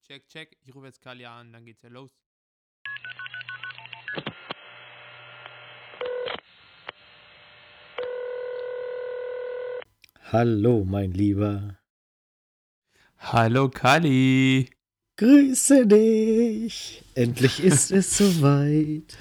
Check, check. Ich rufe jetzt Kali an, dann geht's ja los. Hallo, mein Lieber. Hallo Kali. Grüße dich. Endlich ist es soweit.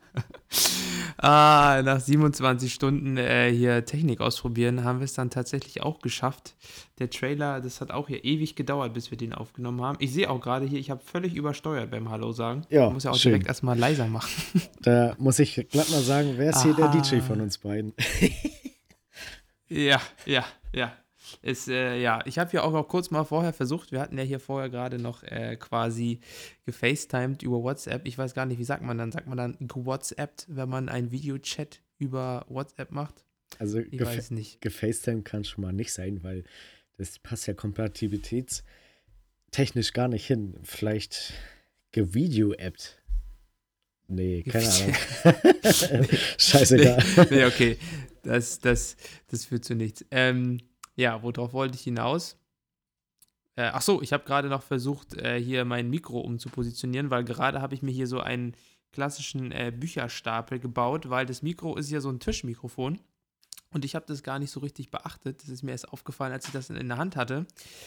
Nach 27 Stunden hier Technik ausprobieren, haben wir es dann tatsächlich auch geschafft. Der Trailer, das hat auch hier ewig gedauert, bis wir den aufgenommen haben. Ich sehe auch gerade hier, ich habe völlig übersteuert beim Hallo sagen. Ich Ja, muss ja auch direkt schön. erstmal leiser machen. Da muss ich glatt mal sagen, wer ist hier der DJ von Aha. uns beiden? Ja, ja, ja. Ja, ich habe ja auch noch kurz mal vorher versucht, wir hatten ja hier vorher gerade noch quasi gefacetimed über WhatsApp. Ich weiß gar nicht, wie sagt man dann gewhatsappt, wenn man einen Videochat über WhatsApp macht? Also Ich weiß es nicht. gefacetimed kann schon mal nicht sein, weil das passt ja kompatibilitätstechnisch gar nicht hin. Vielleicht gevideoappt. Nee, keine Ahnung. nee, nee, Scheißegal. nee, okay. Das führt zu nichts. Ja, worauf wollte ich hinaus? Ach so, ich habe gerade noch versucht, hier mein Mikro umzupositionieren, weil gerade habe ich mir hier so einen klassischen Bücherstapel gebaut, weil das Mikro ist ja so ein Tischmikrofon und ich habe das gar nicht so richtig beachtet. Das ist mir erst aufgefallen, als ich das in der Hand hatte,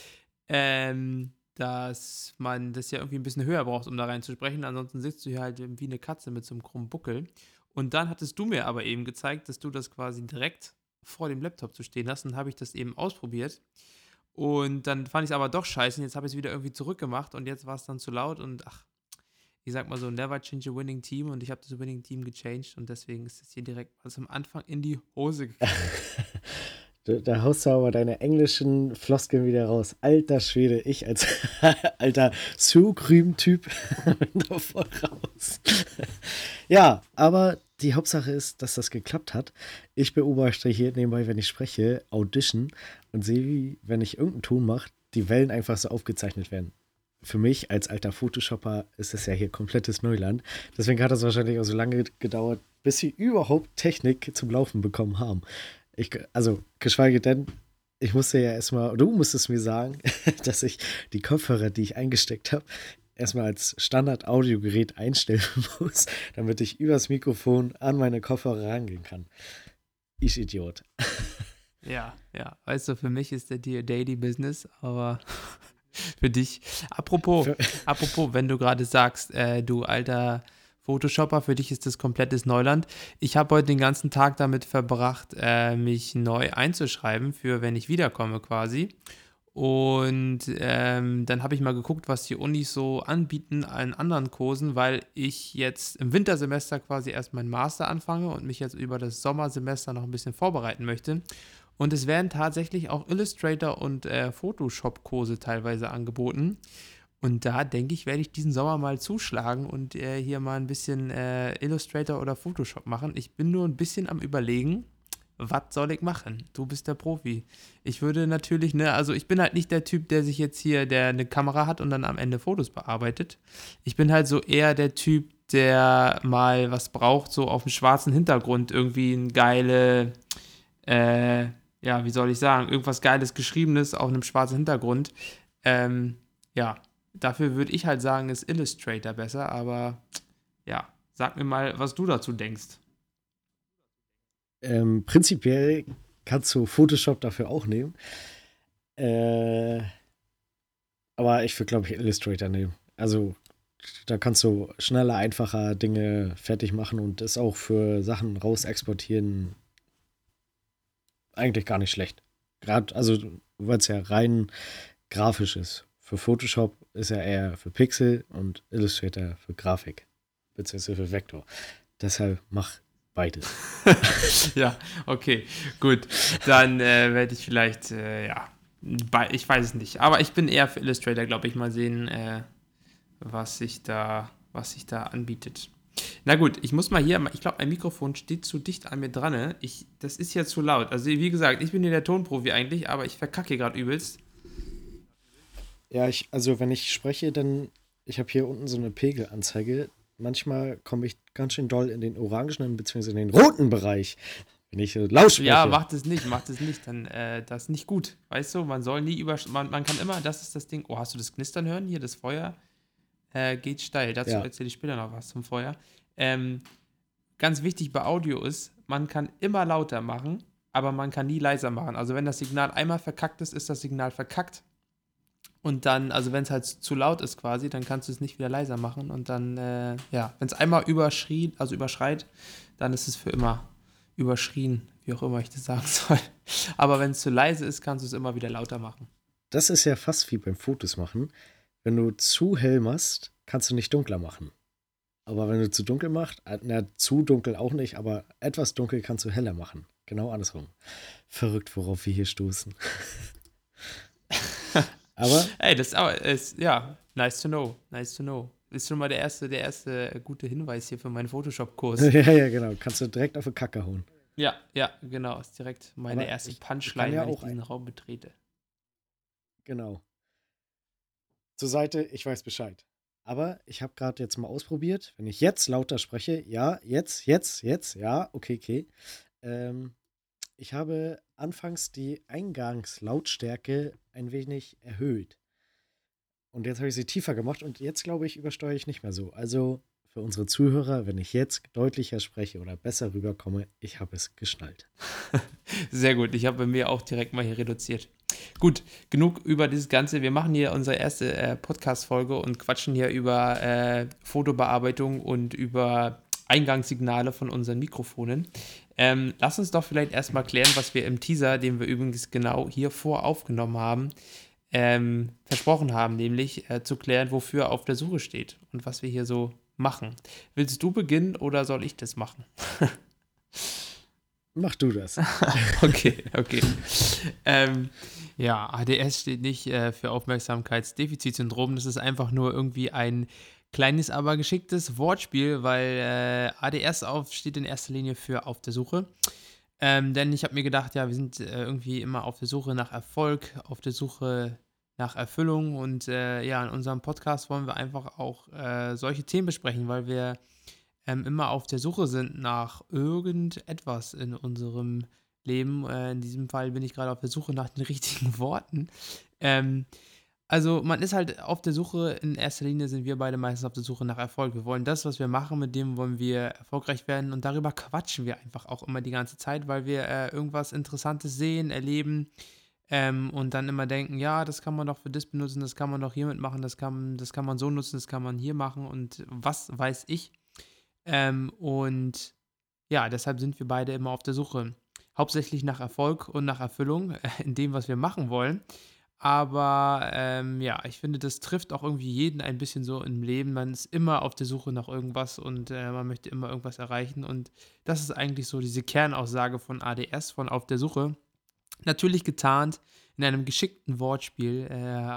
dass man das ja irgendwie ein bisschen höher braucht, um da reinzusprechen. Ansonsten sitzt du hier halt wie eine Katze mit so einem krummen Buckel. Und dann hattest du mir aber eben gezeigt, dass du das quasi direkt vor dem Laptop zu stehen hast. Und dann habe ich das eben ausprobiert. Und dann fand ich es aber doch scheiße. Und jetzt habe ich es wieder irgendwie zurückgemacht und jetzt war es dann zu laut. Und ach, ich sag mal so, never change a winning team. Und ich habe das Winning Team gechanged. Und deswegen ist es hier direkt mal zum Anfang in die Hose gegangen. Da haust du aber deine englischen Floskeln wieder raus. Alter Schwede, ich als alter Sukrüm-Typ bin da voll raus. Ja, aber die Hauptsache ist, dass das geklappt hat. Ich beobachte hier nebenbei, wenn ich spreche, Audition und sehe, wie, wenn ich irgendeinen Ton mache, die Wellen einfach so aufgezeichnet werden. Für mich als alter Photoshopper ist es ja hier komplettes Neuland. Deswegen hat es wahrscheinlich auch so lange gedauert, bis sie überhaupt Technik zum Laufen bekommen haben. Also, geschweige denn, ich musste ja erstmal, du musstest mir sagen, dass ich die Kopfhörer, die ich eingesteckt habe, erstmal als Standard-Audiogerät einstellen muss, damit ich übers Mikrofon an meine Kopfhörer rangehen kann. Ich Idiot. Ja, ja. Weißt du, für mich ist der Daily Business, aber für dich. Apropos, Für, apropos, wenn du gerade sagst, du alter Photoshopper, für dich ist das komplettes Neuland. Ich habe heute den ganzen Tag damit verbracht, mich neu einzuschreiben, für wenn ich wiederkomme quasi. Und dann habe ich mal geguckt, was die Unis so anbieten an anderen Kursen, weil ich jetzt im Wintersemester quasi erst meinen Master anfange und mich jetzt über das Sommersemester noch ein bisschen vorbereiten möchte. Und es werden tatsächlich auch Illustrator und Photoshop-Kurse teilweise angeboten. Und da denke ich, werde ich diesen Sommer mal zuschlagen und hier mal ein bisschen Illustrator oder Photoshop machen. Ich bin nur ein bisschen am Überlegen, was soll ich machen? Du bist der Profi. Ich würde natürlich, ne, also ich bin halt nicht der Typ, der sich jetzt hier, der eine Kamera hat und dann am Ende Fotos bearbeitet. Ich bin halt so eher der Typ, der mal was braucht, so auf dem schwarzen Hintergrund irgendwie ein äh, ja, wie soll ich sagen, irgendwas Geiles Geschriebenes auf einem schwarzen Hintergrund. Ja, dafür würde ich halt sagen, ist Illustrator besser, aber ja, sag mir mal, was du dazu denkst. prinzipiell kannst du Photoshop dafür auch nehmen. Äh, aber ich würde, glaube ich, Illustrator nehmen. Also, da kannst du schneller, einfacher Dinge fertig machen und das auch für Sachen raus exportieren eigentlich gar nicht schlecht. Gerade, also, weil es ja rein grafisch ist. Für Photoshop ist er eher für Pixel und Illustrator für Grafik, beziehungsweise für Vektor. Deshalb mach beides. Ja, okay, gut. Dann werde ich vielleicht, ja, ich weiß es nicht. Aber ich bin eher für Illustrator, glaube ich, mal sehen, was sich da anbietet. Na gut, ich muss mal hier, ich glaube, mein Mikrofon steht zu dicht an mir dran. Ne? Das ist ja zu laut. Also wie gesagt, ich bin hier der Tonprofi eigentlich, aber ich verkacke hier gerade übelst. Ja, also wenn ich spreche, dann, ich habe hier unten so eine Pegelanzeige. Manchmal komme ich ganz schön doll in den orangenen bzw. in den roten Bereich Wenn ich so laut spreche. Ja, macht es nicht, dann das ist nicht gut. Weißt du, man soll nie man kann immer, das ist das Ding. Oh, hast du das Knistern hören? Hier, das Feuer geht steil. Dazu Ja, erzähle ich später noch was zum Feuer. Ähm, Ganz wichtig bei Audio ist, man kann immer lauter machen, aber man kann nie leiser machen. Also wenn das Signal einmal verkackt ist, ist das Signal verkackt. Und dann, also wenn es halt zu laut ist quasi, dann kannst du es nicht wieder leiser machen. Und dann, ja, wenn es einmal überschreit, dann ist es für immer überschrien, wie auch immer ich das sagen soll. Aber wenn es zu leise ist, kannst du es immer wieder lauter machen. das ist ja fast wie beim Fotos machen. Wenn du zu hell machst, kannst du nicht dunkler machen. Aber wenn du zu dunkel machst, zu dunkel auch nicht, aber etwas dunkel kannst du heller machen. Genau andersrum. Verrückt, worauf wir hier stoßen. Aber Ey, das ist, ja, nice to know, nice to know. Ist schon mal der erste gute Hinweis hier für meinen Photoshop-Kurs. ja, genau. Kannst du direkt auf die Kacke hauen. Ja, ja, genau. Ist direkt meine Aber erste ich kann Punchline, ja wenn ich auch diesen Raum betrete. genau. Zur Seite, ich weiß Bescheid. Aber ich habe gerade jetzt mal ausprobiert, wenn ich jetzt lauter spreche, ja, jetzt, ja, okay. Ähm, Ich habe anfangs die Eingangslautstärke ein wenig erhöht. Und jetzt habe ich sie tiefer gemacht und jetzt glaube ich, übersteuere ich nicht mehr so. Also für unsere Zuhörer, wenn ich jetzt deutlicher spreche oder besser rüberkomme, ich habe es geschnallt. Sehr gut, ich habe bei mir auch direkt mal hier reduziert. Gut, genug über dieses Ganze. Wir machen hier unsere erste Podcast-Folge und quatschen hier über Fotobearbeitung und über Eingangssignale von unseren Mikrofonen. Lass uns doch vielleicht erstmal klären, was wir im Teaser, den wir übrigens genau hier vor aufgenommen haben, versprochen haben, nämlich zu klären, wofür auf der Suche steht und was wir hier so machen. Willst du beginnen oder soll ich das machen? Mach du das. Okay. Ja, ADS steht nicht für Aufmerksamkeitsdefizitsyndrom. Das ist einfach nur irgendwie ein kleines, aber geschicktes Wortspiel, weil ADS steht in erster Linie für auf der Suche. Denn ich habe mir gedacht, ja, wir sind irgendwie immer auf der Suche nach Erfolg, auf der Suche nach Erfüllung und ja, in unserem Podcast wollen wir einfach auch solche Themen besprechen, weil wir immer auf der Suche sind nach irgendetwas in unserem Leben. In diesem Fall bin ich gerade auf der Suche nach den richtigen Worten. Ähm, also man ist halt auf der Suche, in erster Linie sind wir beide meistens auf der Suche nach Erfolg. Wir wollen das, was wir machen, mit dem wollen wir erfolgreich werden und darüber quatschen wir einfach auch immer die ganze Zeit, weil wir irgendwas Interessantes sehen, erleben und dann immer denken, ja, das kann man doch für das benutzen, das kann man doch hiermit machen, das kann man so nutzen, das kann man hier machen und was weiß ich. Und ja, deshalb sind wir beide immer auf der Suche. Hauptsächlich nach Erfolg und nach Erfüllung in dem, was wir machen wollen. Aber ja, ich finde, das trifft auch irgendwie jeden ein bisschen so im Leben. Man ist immer auf der Suche nach irgendwas und man möchte immer irgendwas erreichen. Und das ist eigentlich so diese Kernaussage von ADS, von auf der Suche. Natürlich getarnt in einem geschickten Wortspiel,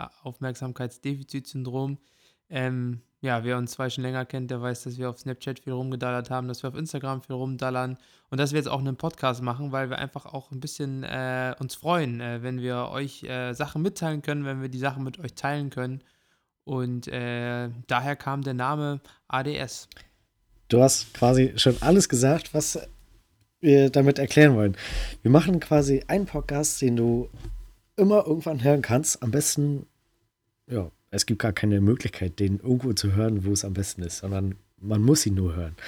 Aufmerksamkeitsdefizitsyndrom. Ja, wer uns zwei schon länger kennt, der weiß, dass wir auf Snapchat viel rumgedallert haben, dass wir auf Instagram viel rumdallern und dass wir jetzt auch einen Podcast machen, weil wir einfach auch ein bisschen uns freuen, wenn wir euch Sachen mitteilen können, wenn wir die Sachen mit euch teilen können. Und daher kam der Name ADS. Du hast quasi schon alles gesagt, was wir damit erklären wollen. Wir machen quasi einen Podcast, den du immer irgendwann hören kannst. Am besten, ja, es gibt gar keine Möglichkeit, den irgendwo zu hören, wo es am besten ist, sondern man muss ihn nur hören.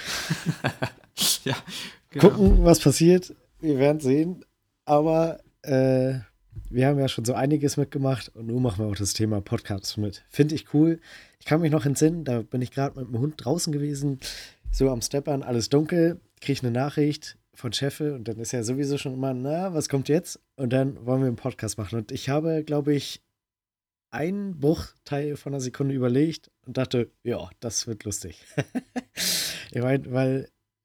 Ja, genau. Gucken, was passiert. Wir werden sehen. Aber wir haben ja schon so einiges mitgemacht und nun machen wir auch das Thema Podcast mit. Finde ich cool. Ich kann mich noch entsinnen, da bin ich gerade mit dem Hund draußen gewesen, so am Steppern, alles dunkel, kriege ich eine Nachricht von Cheffe und dann ist ja sowieso schon immer, na, was kommt jetzt? Und dann wollen wir einen Podcast machen. Und ich habe, glaube ich, einen Bruchteil von einer Sekunde überlegt und dachte, ja, das wird lustig. Ich meine, weil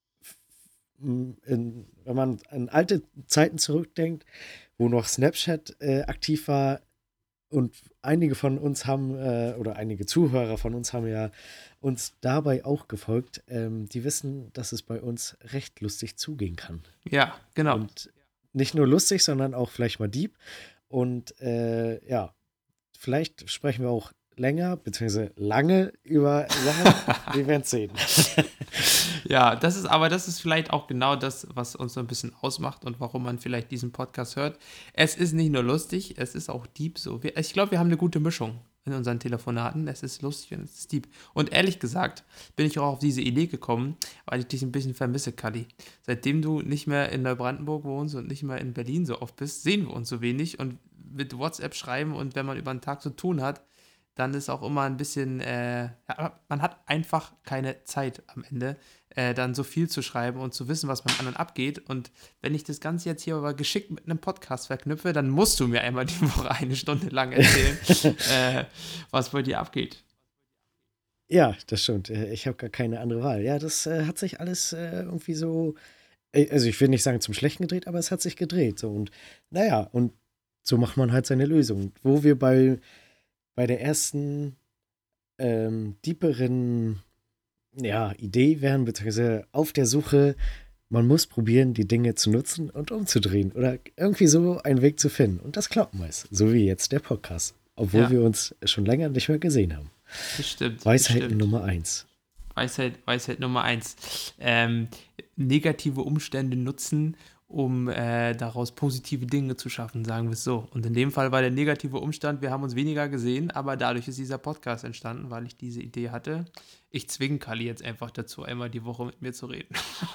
wenn man an alte Zeiten zurückdenkt, wo noch Snapchat aktiv war und einige von uns haben, oder einige Zuhörer von uns haben ja uns dabei auch gefolgt, die wissen, dass es bei uns recht lustig zugehen kann. Ja, genau. Und nicht nur lustig, sondern auch vielleicht mal deep. Und ja, vielleicht sprechen wir auch länger, beziehungsweise lange über Sachen. Wir werden es sehen. Ja, das ist vielleicht auch genau das, was uns so ein bisschen ausmacht und warum man vielleicht diesen Podcast hört. Es ist nicht nur lustig, es ist auch deep so. Ich glaube, wir haben eine gute Mischung in unseren Telefonaten. Es ist lustig und es ist deep. Und ehrlich gesagt bin ich auch auf diese Idee gekommen, weil ich dich ein bisschen vermisse, Kalli. Seitdem du nicht mehr in Neubrandenburg wohnst und nicht mehr in Berlin so oft bist, sehen wir uns so wenig und mit WhatsApp schreiben und wenn man über den Tag zu tun hat, dann ist auch immer ein bisschen, ja, man hat einfach keine Zeit am Ende, dann so viel zu schreiben und zu wissen, was beim anderen abgeht. Und wenn ich das Ganze jetzt hier aber geschickt mit einem Podcast verknüpfe, dann musst du mir einmal die Woche 1 Stunde lang erzählen, was bei dir abgeht. Ja, das stimmt. Ich habe gar keine andere Wahl. Ja, das hat sich alles irgendwie so, also ich will nicht sagen zum Schlechten gedreht, aber es hat sich gedreht. So. Und naja, und so macht man halt seine Lösung. Wo wir bei der ersten deeperen ja, Idee wären, beziehungsweise auf der Suche, man muss probieren, die Dinge zu nutzen und umzudrehen oder irgendwie so einen Weg zu finden. Und das klappt meist, so wie jetzt der Podcast, obwohl Ja, wir uns schon länger nicht mehr gesehen haben. bestimmt, Weisheit bestimmt. Nummer eins. Weisheit Nummer eins. Negative Umstände nutzen, um daraus positive Dinge zu schaffen, sagen wir es so. Und in dem Fall war der negative Umstand, wir haben uns weniger gesehen, aber dadurch ist dieser Podcast entstanden, weil ich diese Idee hatte. Ich zwinge Kali jetzt einfach dazu, einmal die Woche mit mir zu reden.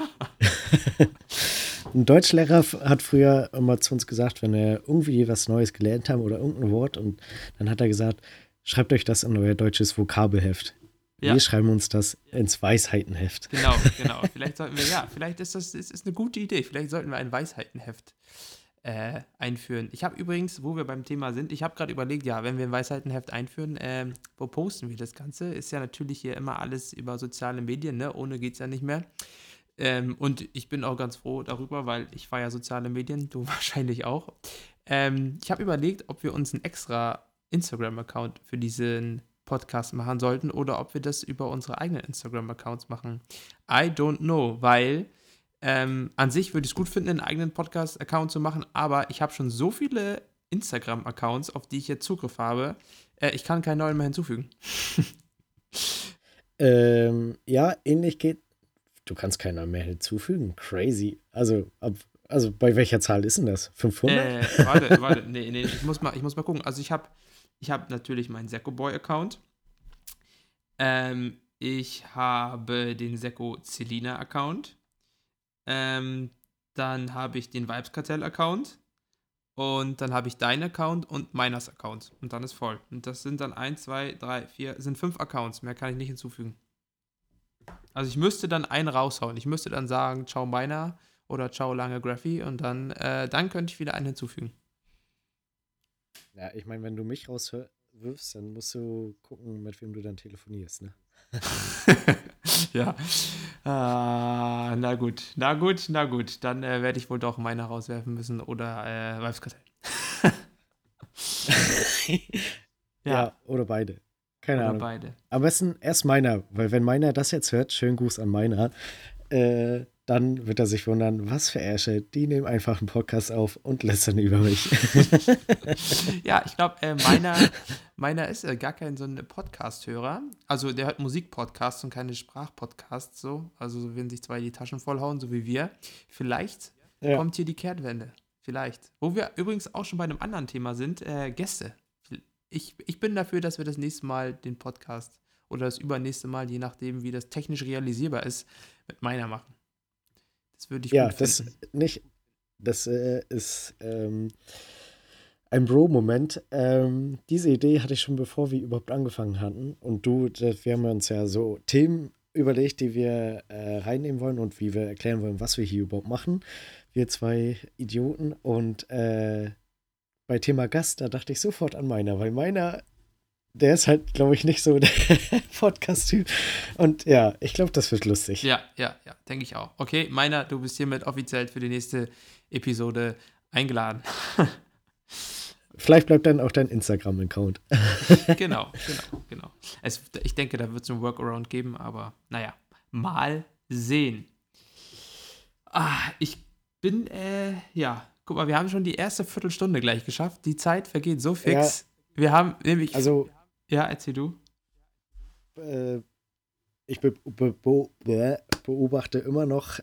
Ein Deutschlehrer hat früher immer zu uns gesagt, wenn wir irgendwie was Neues gelernt haben oder irgendein Wort, und dann hat er gesagt, schreibt euch das in euer deutsches Vokabelheft. Wir Ja, schreiben uns das ins Weisheitenheft. genau. Vielleicht sollten wir, ja, vielleicht ist eine gute Idee. Vielleicht sollten wir ein Weisheitenheft einführen. Ich habe übrigens, wo wir beim Thema sind, ich habe gerade überlegt, ja, wenn wir ein Weisheitenheft einführen, wo posten wir das Ganze? Ist ja natürlich hier immer alles über soziale Medien, ne? Ohne geht es ja nicht mehr. Und ich bin auch ganz froh darüber, weil ich feiere soziale Medien, du wahrscheinlich auch. Ich habe überlegt, ob wir uns einen extra Instagram-Account für diesen Podcast machen sollten oder ob wir das über unsere eigenen Instagram-Accounts machen. I don't know, weil an sich würde ich es gut finden, einen eigenen Podcast-Account zu machen, aber ich habe schon so viele Instagram-Accounts, auf die ich jetzt Zugriff habe, ich kann keinen neuen mehr hinzufügen. Ja, ähnlich geht. Du kannst keiner mehr hinzufügen. Crazy. Also bei welcher Zahl ist denn das? 500? Warte, nee, ich muss mal gucken. Also ich hab natürlich meinen Secco Boy-Account. Ich habe den Secco Celina-Account. Ähm, Dann habe ich den Vibes-Kartell-Account. Und dann habe ich deinen Account und Miners Account. Und dann ist voll. Und das sind dann 1, 2, 3, 4, sind 5 Accounts. Mehr kann ich nicht hinzufügen. Also ich müsste dann einen raushauen. Ich müsste dann sagen, ciao Miner oder ciao Lange Graphy und dann könnte ich wieder einen hinzufügen. Ja, ich meine, wenn du mich rauswirfst, dann musst du gucken, mit wem du dann telefonierst, ne? Ja. Na gut. Dann werde ich wohl doch Miner rauswerfen müssen oder Vibes-Kartell. Ja, Ja, oder beide. Keine oder Ahnung. beide. Am besten erst meiner, weil wenn meiner das jetzt hört, schönen Gruß an meiner, dann wird er sich wundern, was für Ärsche, die nehmen einfach einen Podcast auf und lästern über mich. Ja, ich glaube, meiner ist gar kein so ein Podcast-Hörer. Also der hört Musikpodcasts und keine Sprachpodcasts so. Also so wenn sich zwei die Taschen vollhauen, so wie wir. Vielleicht Ja, kommt hier die Kehrtwende. Vielleicht. Wo wir übrigens auch schon bei einem anderen Thema sind, Gäste. Ich bin dafür, dass wir das nächste Mal den Podcast oder das übernächste Mal, je nachdem, wie das technisch realisierbar ist, mit meiner machen. Das würde ich ja, gut finden. das ist ein Bro-Moment. Diese Idee hatte ich schon, bevor wir überhaupt angefangen hatten. Und wir haben uns ja so Themen überlegt, die wir reinnehmen wollen und wie wir erklären wollen, was wir hier überhaupt machen. Wir zwei Idioten. Und bei Thema Gast, da dachte ich sofort an meiner, weil meiner, der ist halt, glaube ich, nicht so der Podcast-Typ. Und ja, ich glaube, das wird lustig. Ja, denke ich auch. Okay, meiner, du bist hiermit offiziell für die nächste Episode eingeladen. Vielleicht bleibt dann auch dein Instagram-Account. Genau. Ich denke, da wird es einen Workaround geben, aber naja, mal sehen. Ich bin, ja, guck mal, wir haben schon die erste Viertelstunde gleich geschafft. Die Zeit vergeht so Ja, fix. Wir haben nämlich, also Ja, erzähl du. Äh, ich beobachte immer noch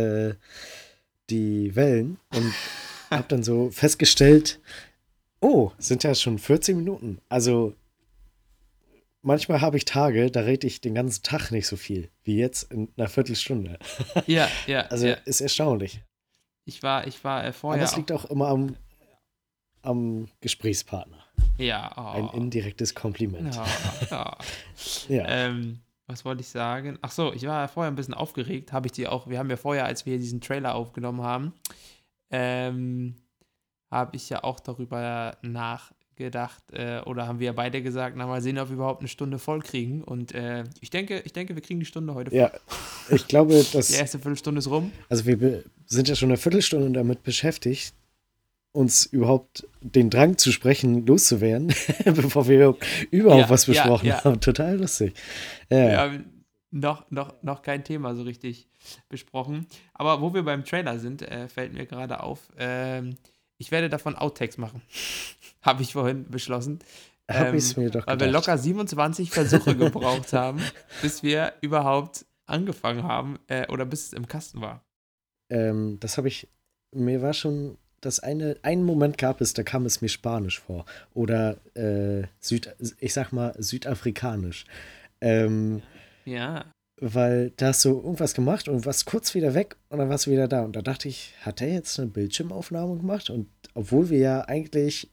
die Wellen und habe dann so festgestellt, oh, sind ja schon 14 Minuten. Also manchmal habe ich Tage, da rede ich den ganzen Tag nicht so viel wie jetzt in einer Viertelstunde. Ja, ja, Also ja. ist erstaunlich. Ich war Aber vorher es auch. liegt auch immer am Gesprächspartner. Ja, Ein indirektes Kompliment. ja. Ja, Was wollte ich sagen? Ach so, ich war ja vorher ein bisschen aufgeregt. Wir haben ja vorher, als wir diesen Trailer aufgenommen haben, ähm, habe ich ja auch darüber nachgedacht, oder haben wir ja beide gesagt, na mal sehen, ob wir überhaupt eine Stunde voll kriegen. Und ich denke, wir kriegen die Stunde heute voll. ja, ich glaube, Die dass, erste Viertelstunde ist rum. also sind ja schon eine Viertelstunde damit beschäftigt, uns überhaupt den Drang zu sprechen loszuwerden, bevor wir überhaupt Ja, was ja, besprochen ja. haben. Total lustig. Wir Ja, haben noch kein Thema so richtig besprochen. Aber wo wir beim Trailer sind, fällt mir gerade auf, ich werde davon Outtakes machen. Habe ich vorhin beschlossen. habe ich es mir doch Weil wir gedacht. locker 27 Versuche gebraucht haben, bis wir überhaupt angefangen haben, oder bis es im Kasten war. Das habe ich, mir war schon, einen Moment gab es, da kam es mir Spanisch vor. Oder ich sag mal, südafrikanisch. Ähm, Ja. weil da hast du irgendwas gemacht und warst kurz wieder weg und dann warst du wieder da. Und da dachte ich, hat er jetzt eine Bildschirmaufnahme gemacht? Und obwohl wir ja eigentlich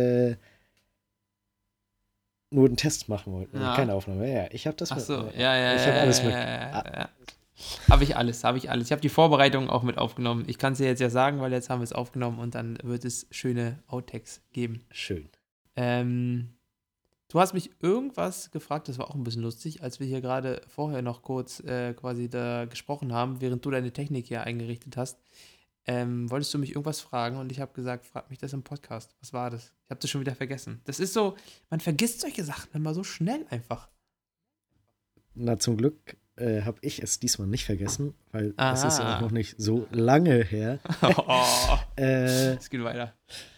nur einen Test machen wollten und keine Ja. Aufnahme. Ja, ich habe das Ach mit. so. Ja, ja, Ich habe ja, alles mit. ja, ja, Ah, ja. Habe ich alles, habe ich alles. Ich habe die Vorbereitung auch mit aufgenommen. Ich kann es dir jetzt ja sagen, weil jetzt haben wir es aufgenommen und dann wird es schöne Outtakes geben. schön. Ähm, Du hast mich irgendwas gefragt, das war auch ein bisschen lustig, als wir hier gerade vorher noch kurz quasi da gesprochen haben, während du deine Technik hier eingerichtet hast. Wolltest du mich irgendwas fragen und ich habe gesagt, frag mich das im Podcast. Was war das? Ich habe das schon wieder vergessen. Das ist so, man vergisst solche Sachen immer so schnell einfach. Na, zum Glück habe ich es diesmal nicht vergessen, weil es ist ja auch noch Ah. nicht so lange her. Oh, äh, es geht weiter.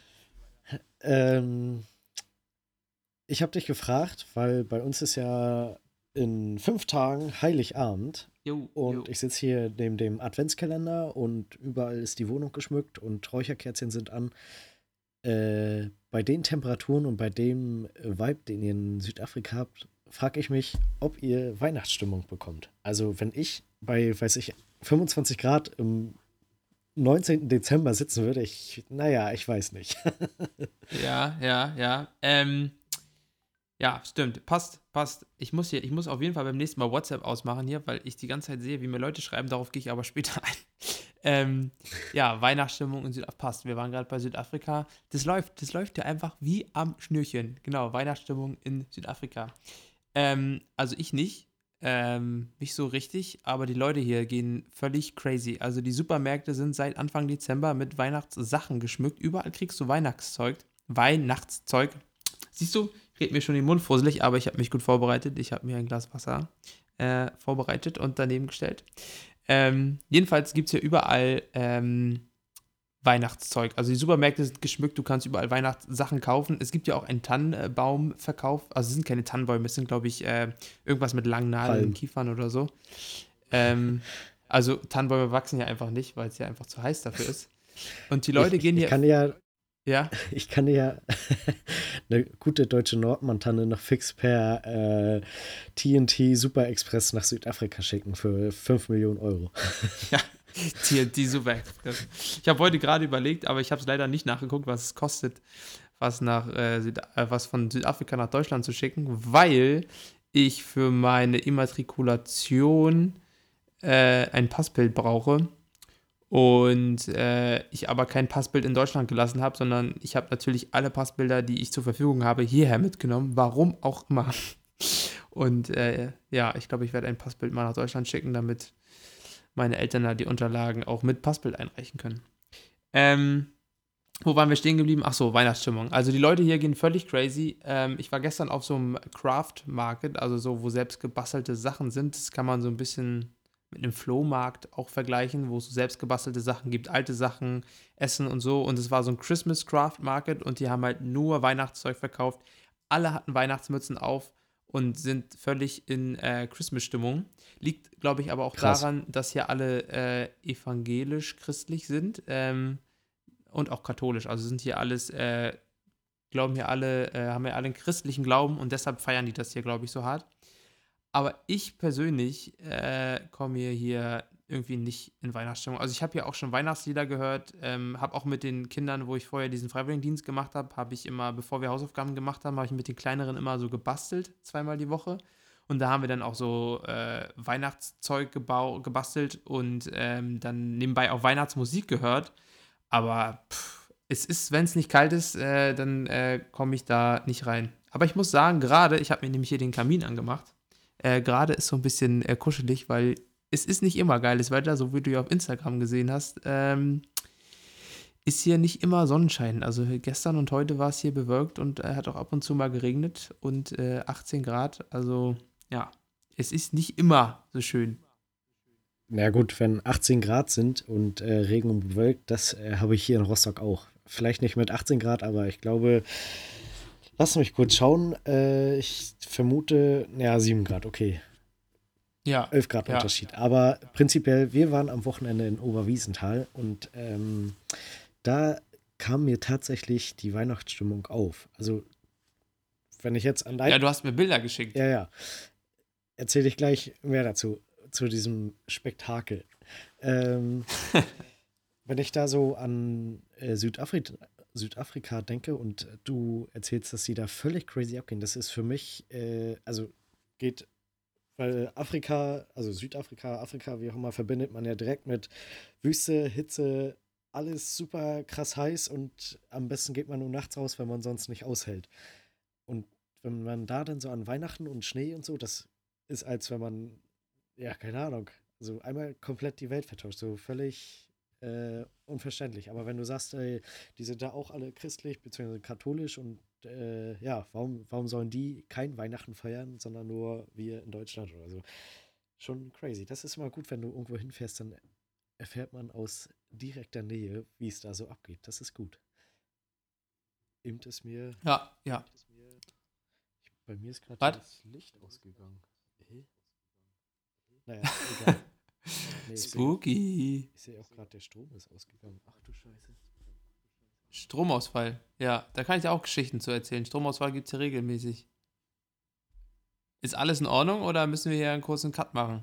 ähm, ich habe dich gefragt, weil bei uns ist ja in 5 Tagen Heiligabend Jo, und jo. ich sitze hier neben dem Adventskalender und überall ist die Wohnung geschmückt und Räucherkerzchen sind an. Bei den Temperaturen und bei dem Vibe, den ihr in Südafrika habt, frage ich mich, ob ihr Weihnachtsstimmung bekommt. Also wenn ich bei, weiß ich, 25 Grad im 19. Dezember sitzen würde, naja, ich weiß nicht. Ja, ja, ja. Ja, stimmt. Passt, passt. Ich muss auf jeden Fall beim nächsten Mal WhatsApp ausmachen hier, weil ich die ganze Zeit sehe, wie mir Leute schreiben, darauf gehe ich aber später ein. Ja, Weihnachtsstimmung in Südafrika passt. Wir waren gerade bei Südafrika. Das läuft ja einfach wie am Schnürchen. Genau, Weihnachtsstimmung in Südafrika. Also ich nicht so richtig, aber die Leute hier gehen völlig crazy. Also die Supermärkte sind seit Anfang Dezember mit Weihnachtssachen geschmückt. Überall kriegst du Weihnachtszeug. Weihnachtszeug. Siehst du, ich rede mir schon den Mund fusselig, aber ich habe mich gut vorbereitet. Ich habe mir ein Glas Wasser vorbereitet und daneben gestellt. Jedenfalls gibt es hier überall Weihnachtszeug. Also die Supermärkte sind geschmückt, du kannst überall Weihnachtssachen kaufen. Es gibt ja auch einen Tannenbaumverkauf. Also es sind keine Tannenbäume, es sind, glaube ich, irgendwas mit langen Nadeln, Palm. Kiefern oder so. Ähm, also Tannenbäume wachsen ja einfach nicht, weil es ja einfach zu heiß dafür ist. Und die Leute gehen Ich hier, kann ja, ja, ich kann ja eine gute deutsche Nordmantanne noch fix per TNT Super Express nach Südafrika schicken für 5 Millionen Euro. ja, die super Express. Ich habe heute gerade überlegt, aber ich habe es leider nicht nachgeguckt, was es kostet, was von Südafrika nach Deutschland zu schicken, weil ich für meine Immatrikulation ein Passbild brauche und ich aber kein Passbild in Deutschland gelassen habe, sondern ich habe natürlich alle Passbilder, die ich zur Verfügung habe, hierher mitgenommen, warum auch immer. Und ja, ich glaube, ich werde ein Passbild mal nach Deutschland schicken, damit meine Eltern da die Unterlagen auch mit Passbild einreichen können. Ähm, Wo waren wir stehen geblieben? Ach so, Weihnachtsstimmung. Also die Leute hier gehen völlig crazy. Ich war gestern auf so einem Craft Market, also so, wo selbst gebastelte Sachen sind. Das kann man so ein bisschen mit einem Flohmarkt auch vergleichen, wo es so selbst gebastelte Sachen gibt, alte Sachen, Essen und so. Und es war so ein Christmas Craft Market und die haben halt nur Weihnachtszeug verkauft. alle hatten Weihnachtsmützen auf und sind völlig in Christmas-Stimmung. Liegt, glaube ich, aber auch Krass. daran, dass hier alle evangelisch-christlich sind und auch katholisch. Also sind hier alles, glauben hier alle, haben ja alle einen christlichen Glauben und deshalb feiern die das hier, glaube ich, so hart. Aber ich persönlich komme hier irgendwie nicht in Weihnachtsstimmung. Also ich habe hier auch schon Weihnachtslieder gehört, habe auch mit den Kindern, wo ich vorher diesen Freiwilligendienst gemacht habe ich immer, bevor wir Hausaufgaben gemacht haben, habe ich mit den Kleineren immer so gebastelt, zweimal die Woche. Und da haben wir dann auch so Weihnachtszeug gebastelt und dann nebenbei auch Weihnachtsmusik gehört. Aber es ist, wenn es nicht kalt ist, dann komme ich da nicht rein. Aber ich muss sagen, gerade, ich habe mir nämlich hier den Kamin angemacht. Gerade ist so ein bisschen kuschelig, weil es ist nicht immer geiles Wetter, so wie du ja auf Instagram gesehen hast. Ist hier nicht immer Sonnenschein. Also gestern und heute war es hier bewölkt und hat auch ab und zu mal geregnet und 18 Grad. Also ja, es ist nicht immer so schön. Na gut, wenn 18 Grad sind und Regen und bewölkt, das habe ich hier in Rostock auch. Vielleicht nicht mit 18 Grad, aber ich glaube, lass mich kurz schauen. Ich vermute, ja, 7 Grad, okay. Ja, 11 Grad ja. Unterschied. Aber prinzipiell, wir waren am Wochenende in Oberwiesenthal und da kam mir tatsächlich die Weihnachtsstimmung auf. Also, wenn ich jetzt an Ja, dein. du hast mir Bilder geschickt. Ja, ja, erzähle ich gleich mehr dazu, zu diesem Spektakel. Ähm, Wenn ich da so an Südafrika denke und du erzählst, dass sie da völlig crazy abgehen, das ist für mich, also geht, weil Afrika, also Südafrika, Afrika, wie auch immer, verbindet man ja direkt mit Wüste, Hitze, alles super krass heiß und am besten geht man nur nachts raus, wenn man sonst nicht aushält. Und wenn man da dann so an Weihnachten und Schnee und so, das ist, als wenn man, ja, keine Ahnung, so einmal komplett die Welt vertauscht, so völlig unverständlich. Aber wenn du sagst, ey, die sind da auch alle christlich bzw. katholisch und ja, warum sollen die kein Weihnachten feiern, sondern nur wir in Deutschland oder so? Schon crazy. Das ist immer gut, wenn du irgendwo hinfährst, dann erfährt man aus direkter Nähe, wie es da so abgeht. Das ist gut. Eben ist mir, Ja, ja. bei mir ist gerade Was? das Licht ausgegangen. Naja, egal. Nee, Spooky. ich sehe auch gerade, der Strom ist ausgegangen. Ach du Scheiße. Stromausfall. Ja, da kann ich dir auch Geschichten zu erzählen. Stromausfall gibt es ja regelmäßig. Ist alles in Ordnung oder müssen wir hier einen kurzen Cut machen?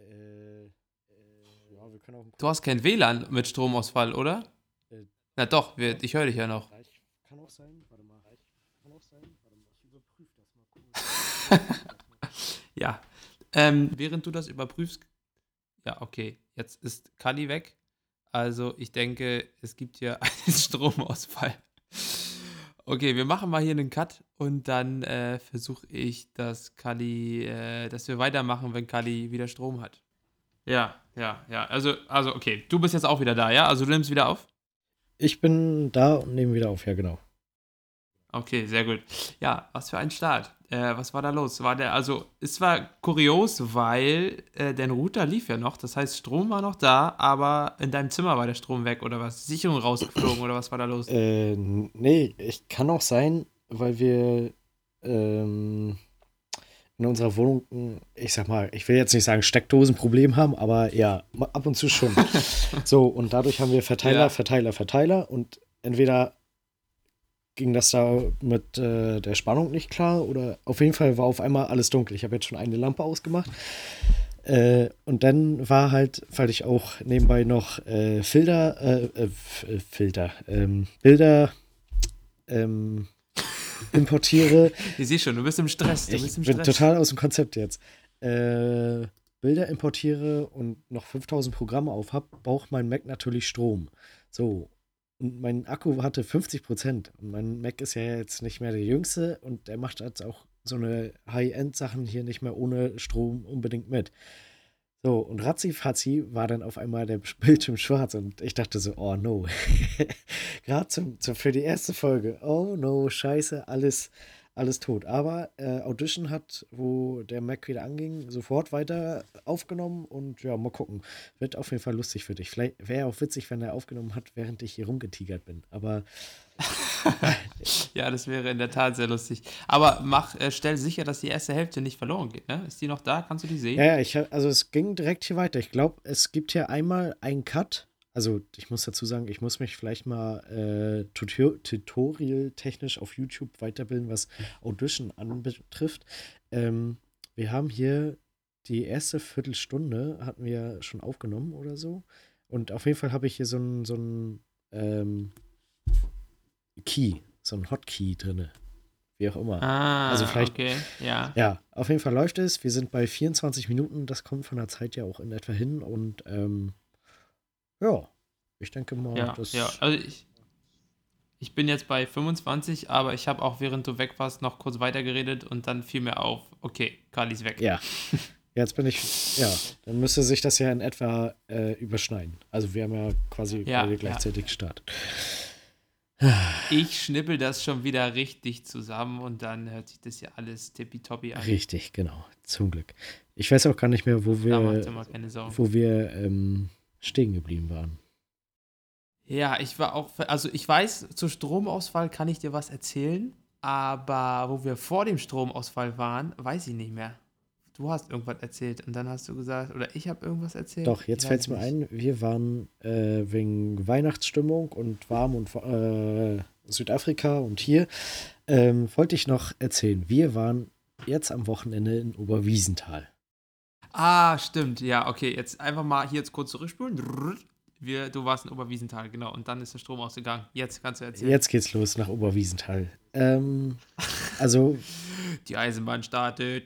Ja, wir können auch einen Du hast kurzen. kein WLAN mit Stromausfall, oder? Äh, Na doch, doch, ich höre dich ja noch. kann auch sein. Warte mal. Kann auch sein. Warte mal, ich überprüfe das mal kurz. Ja. Während du das überprüfst, ja, okay, jetzt ist Kali weg. Also ich denke, es gibt hier einen Stromausfall. Okay, wir machen mal hier einen Cut und dann versuche ich, dass dass wir weitermachen, wenn Kali wieder Strom hat. Ja, ja, ja. Also okay, du bist jetzt auch wieder da, ja? Also du nimmst wieder auf? Ich bin da und nehme wieder auf, ja, genau. Okay, sehr gut. Ja, was für ein Start. Was war da los? Also, es war kurios, weil dein Router lief ja noch. Das heißt, Strom war noch da, aber in deinem Zimmer war der Strom weg oder was? Sicherung rausgeflogen oder was war da los? Nee, ich kann auch sein, weil wir ähm, in unserer Wohnung, ich sag mal, ich will jetzt nicht sagen Steckdosenproblem haben, aber ja, ab und zu schon. So, und dadurch haben wir Verteiler, Ja. Verteiler, Verteiler und entweder ging das da mit der Spannung nicht klar oder auf jeden Fall war auf einmal alles dunkel. Ich habe jetzt schon eine Lampe ausgemacht. Und dann war halt, weil ich auch nebenbei noch Bilder ähm, importiere. Ich sehe schon, du bist im Stress. Du Ich bist im bin Stress. total aus dem Konzept jetzt. Bilder importiere und noch 5000 Programme auf habe, braucht mein Mac natürlich Strom. So. Und mein Akku hatte 50%. Und mein Mac ist ja jetzt nicht mehr der jüngste und der macht jetzt auch so eine High-End-Sachen hier nicht mehr ohne Strom unbedingt mit. So, und ratzi-fatzi war dann auf einmal der Bildschirm schwarz und ich dachte so, oh no. Gerade für die erste Folge, oh no, scheiße, alles tot. Aber Audition hat, wo der Mac wieder anging, sofort weiter aufgenommen und ja, mal gucken. Wird auf jeden Fall lustig für dich. Vielleicht wäre auch witzig, wenn er aufgenommen hat, während ich hier rumgetigert bin. Aber Ja, das wäre in der Tat sehr lustig. Aber stell sicher, dass die erste Hälfte nicht verloren geht, ne? Ist die noch da? Kannst du die Ja, sehen? ja, also es ging direkt hier weiter. Ich glaube, es gibt hier einmal einen Cut. Also ich muss dazu sagen, ich muss mich vielleicht mal tutorial-technisch auf YouTube weiterbilden, was Audition anbetrifft. Ähm, Wir haben hier die erste Viertelstunde, hatten wir schon aufgenommen oder so. Und auf jeden Fall habe ich hier so ein ähm, Key, so ein Hotkey drinne. Wie auch immer. Also Ah, vielleicht, okay, ja. ja, auf jeden Fall läuft es. Wir sind bei 24 Minuten. Das kommt von der Zeit ja auch in etwa hin. Und ja, ich denke mal, Ja, ja. das. Also ich bin jetzt bei 25, aber ich habe auch, während du weg warst, noch kurz weitergeredet und dann fiel mir auf, okay, Kali ist weg. Ja, jetzt bin ich. Ja, dann müsste sich das ja in etwa überschneiden. Also wir haben ja quasi beide Ja, ja. gleichzeitig gestartet. Ich schnippel das schon wieder richtig zusammen und dann hört sich das ja alles tippitoppi an. Richtig, genau. Zum Glück. Ich weiß auch gar nicht mehr, Da macht ihr mal keine Sorgen. wo wir stehen geblieben waren. Ja, ich war auch, also ich weiß, zu Stromausfall kann ich dir was erzählen, aber wo wir vor dem Stromausfall waren, weiß ich nicht mehr. Du hast irgendwas erzählt und dann hast du gesagt, oder ich habe irgendwas erzählt, Doch, ich jetzt weiß fällt es es mir nicht. ein, wir waren wegen Weihnachtsstimmung und warm und Südafrika und hier, wollte ich noch erzählen, wir waren jetzt am Wochenende in Oberwiesenthal. Ah, stimmt, ja, okay, jetzt einfach mal hier jetzt kurz zurückspulen. Du warst in Oberwiesenthal, genau, und dann ist der Strom ausgegangen. Jetzt kannst du erzählen. Jetzt geht's los nach Oberwiesenthal. Also, Die Eisenbahn startet.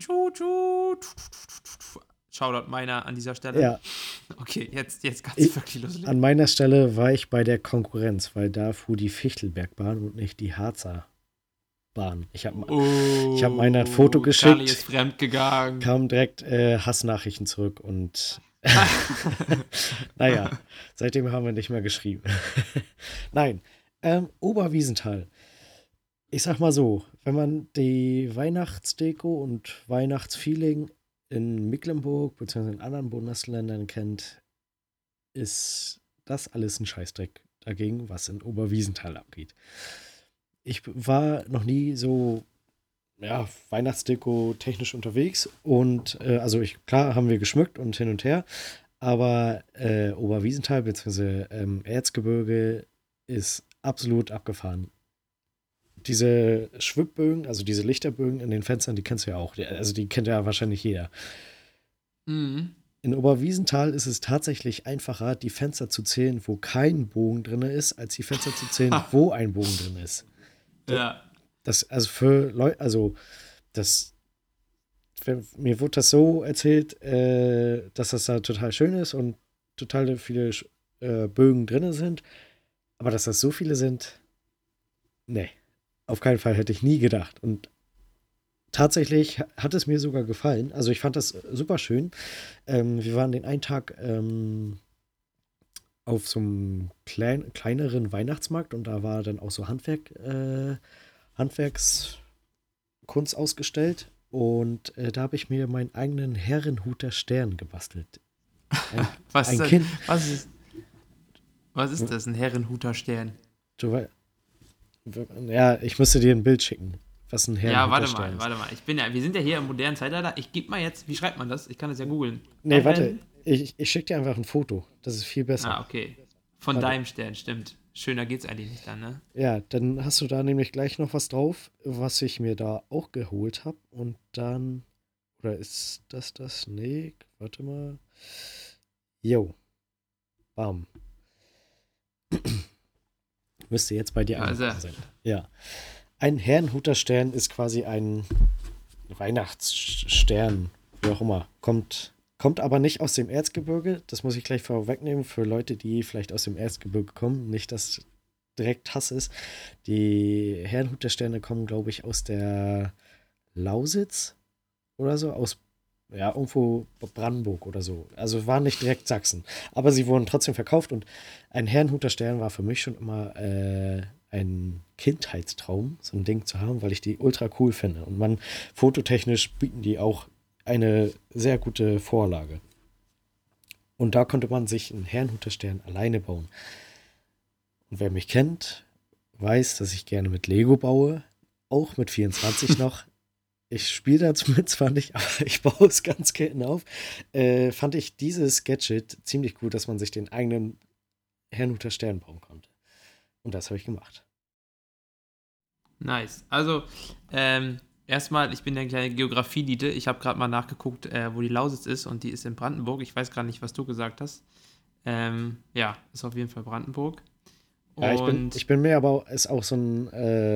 Shoutout meiner an dieser Stelle. ja, Okay, jetzt kannst ich, du wirklich an loslegen. meiner Stelle war ich bei der Konkurrenz, weil da fuhr die Fichtelbergbahn und nicht die Harzer Bahn. Ich hab meiner ein Foto Oh, Kali ist geschickt, fremdgegangen. kam direkt Hassnachrichten zurück und naja, seitdem haben wir nicht mehr geschrieben. Nein, Oberwiesenthal. Ich sag mal so, wenn man die Weihnachtsdeko und Weihnachtsfeeling in Mecklenburg bzw. in anderen Bundesländern kennt, ist das alles ein Scheißdreck dagegen, was in Oberwiesenthal abgeht. Ich war noch nie so ja, Weihnachtsdeko technisch unterwegs und also klar haben wir geschmückt und hin und her, aber Oberwiesenthal bzw. Erzgebirge ist absolut abgefahren. Diese Schwibbögen, also diese Lichterbögen in den Fenstern, die kennst du ja auch. Also die kennt ja wahrscheinlich jeder. Mhm. In Oberwiesenthal ist es tatsächlich einfacher, die Fenster zu zählen, wo kein Bogen drin ist, als die Fenster zu zählen, wo ein Bogen drin ist. Ja. Also für Leute, also das, mir wurde das so erzählt, dass das da total schön ist und total viele Bögen drin sind, aber dass das so viele sind, nee, auf keinen Fall hätte ich nie gedacht. Und tatsächlich hat es mir sogar gefallen. Also ich fand das super schön. Wir waren den einen Tag auf so einem kleineren Weihnachtsmarkt und da war dann auch so Handwerkskunst ausgestellt. Und da habe ich mir meinen eigenen Herrenhuter Stern gebastelt. Ein, Was ist ein das? Kind. Was ist, was ist das? Ein Herrenhuter Stern. Du, ja, ich musste dir ein Bild schicken, was ein Ja, Herrenhuter Stern ist. warte mal. Wir sind ja hier im modernen Zeitalter. Ich gebe mal jetzt, wie schreibt man das? Ich kann das ja googeln. Nee, warte, ich schicke dir einfach ein Foto. Das ist viel besser. Ah, okay. Von Warte. deinem Stern, stimmt. Schöner geht's eigentlich nicht dann, ne? Ja, dann hast du da nämlich gleich noch was drauf, was ich mir da auch geholt habe. Und dann. Oder ist das das? Nee, warte mal. Jo, bam. Müsste jetzt bei dir Ja, also, angekommen sein. Ja. Ein Herrenhuter Stern ist quasi ein Weihnachtsstern, wie auch immer. Kommt aber nicht aus dem Erzgebirge. Das muss ich gleich vorwegnehmen für Leute, die vielleicht aus dem Erzgebirge kommen. Nicht, dass direkt Hass ist. Die Herrenhuter Sterne kommen, glaube ich, aus der Lausitz oder so. Aus, ja, irgendwo Brandenburg oder so. Also waren nicht direkt Sachsen. Aber sie wurden trotzdem verkauft und ein Herrenhuter Stern war für mich schon immer ein Kindheitstraum, so ein Ding zu haben, weil ich die ultra cool finde. Und fototechnisch bieten die auch eine sehr gute Vorlage. Und da konnte man sich einen Herrenhuter Stern alleine bauen. Und wer mich kennt, weiß, dass ich gerne mit Lego baue, auch mit 24 noch. Ich spiele damit zwar nicht, aber ich baue es ganz gerne auf. Fand ich dieses Gadget ziemlich gut, dass man sich den eigenen Herrnhuter Stern bauen konnte. Und das habe ich gemacht. Nice. Also, erstmal, ich bin der kleine Geografie-Niete. Ich habe gerade mal nachgeguckt, wo die Lausitz ist und die ist in Brandenburg. Ich weiß gar nicht, was du gesagt hast. Ja, ist auf jeden Fall Brandenburg. Ja, Und ich bin mir aber, ist auch so ein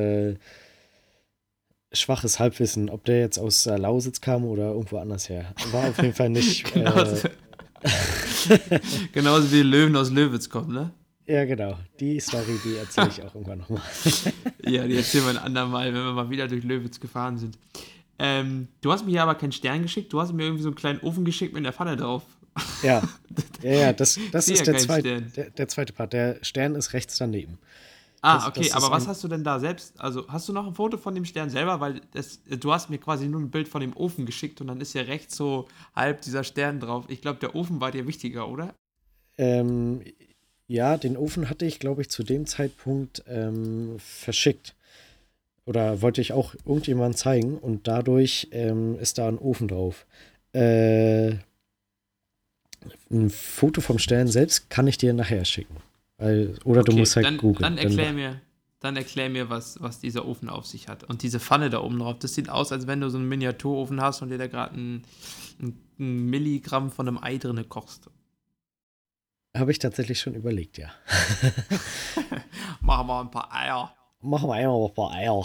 schwaches Halbwissen, ob der jetzt aus Lausitz kam oder irgendwo anders her. War auf jeden Fall nicht. genauso, genauso wie die Löwen aus Löwitz kommen, ne? Ja, genau. Die Story, die erzähle ich auch irgendwann nochmal. Ja, die erzählen wir ein andermal, wenn wir mal wieder durch Löwitz gefahren sind. Du hast mir hier aber keinen Stern geschickt, du hast mir irgendwie so einen kleinen Ofen geschickt mit einer Pfanne drauf. Ja, ja, Ich das sehe ja ist keinen Stern. der zweite Part. Der Stern ist rechts daneben. Ah, okay, Das ist aber was ein, hast du denn da selbst? Also hast du noch ein Foto von dem Stern selber? Weil du hast mir quasi nur ein Bild von dem Ofen geschickt und dann ist ja rechts so halb dieser Stern drauf. Ich glaube, der Ofen war dir wichtiger, oder? ähm, ja, den Ofen hatte ich, glaube ich, zu dem Zeitpunkt verschickt. Oder wollte ich auch irgendjemand zeigen und dadurch ist da ein Ofen drauf. Äh, ein Foto vom Stern selbst kann ich dir nachher schicken. Oder du Okay, musst halt googeln. dann erklär mir, was dieser Ofen auf sich hat. Und diese Pfanne da oben drauf, das sieht aus, als wenn du so einen Miniaturofen hast und dir da gerade ein Milligramm von einem Ei drinne kochst. Habe ich tatsächlich schon überlegt, ja. Machen wir ein paar Eier. Machen wir einmal ein paar Eier.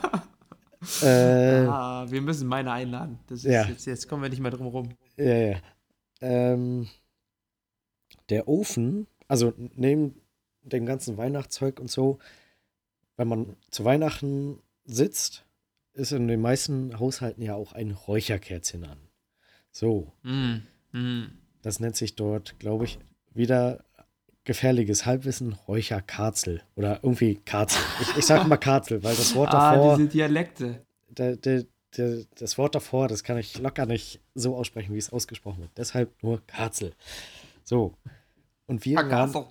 Äh, Wir müssen meine einladen. ja, Jetzt kommen wir nicht mehr drum rum. ja, ja. Ähm, der Ofen, also neben dem ganzen Weihnachtszeug und so, wenn man zu Weihnachten sitzt, ist in den meisten Haushalten ja auch ein Räucherkerzchen an. So, Mm, mm. das nennt sich dort, glaube ich, wieder gefährliches Halbwissen Räucherkarzel oder irgendwie Karzel. Ich sage mal Karzel, weil das Wort davor, Diese Dialekte. der, der, das Wort davor, das kann ich locker nicht so aussprechen, wie es ausgesprochen wird. Deshalb nur Karzel. So, und wir waren, Kastel.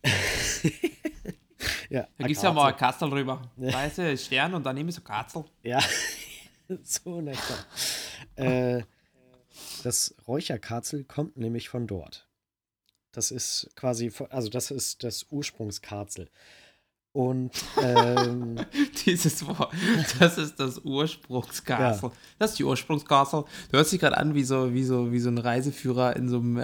ja, Da gibt's ja mal Karzel. ein Kastel rüber. Weißt du, Stern und daneben ist so Kastel. Ja, so nett. Äh, das Räucherkarzel kommt nämlich von dort. Das ist quasi, also das ist das Ursprungskarzel. Und Dieses Wort, das ist das ja, Ursprungskastel. Das ist die Ursprungskastel. Du hörst dich gerade an wie so ein Reiseführer in so einem,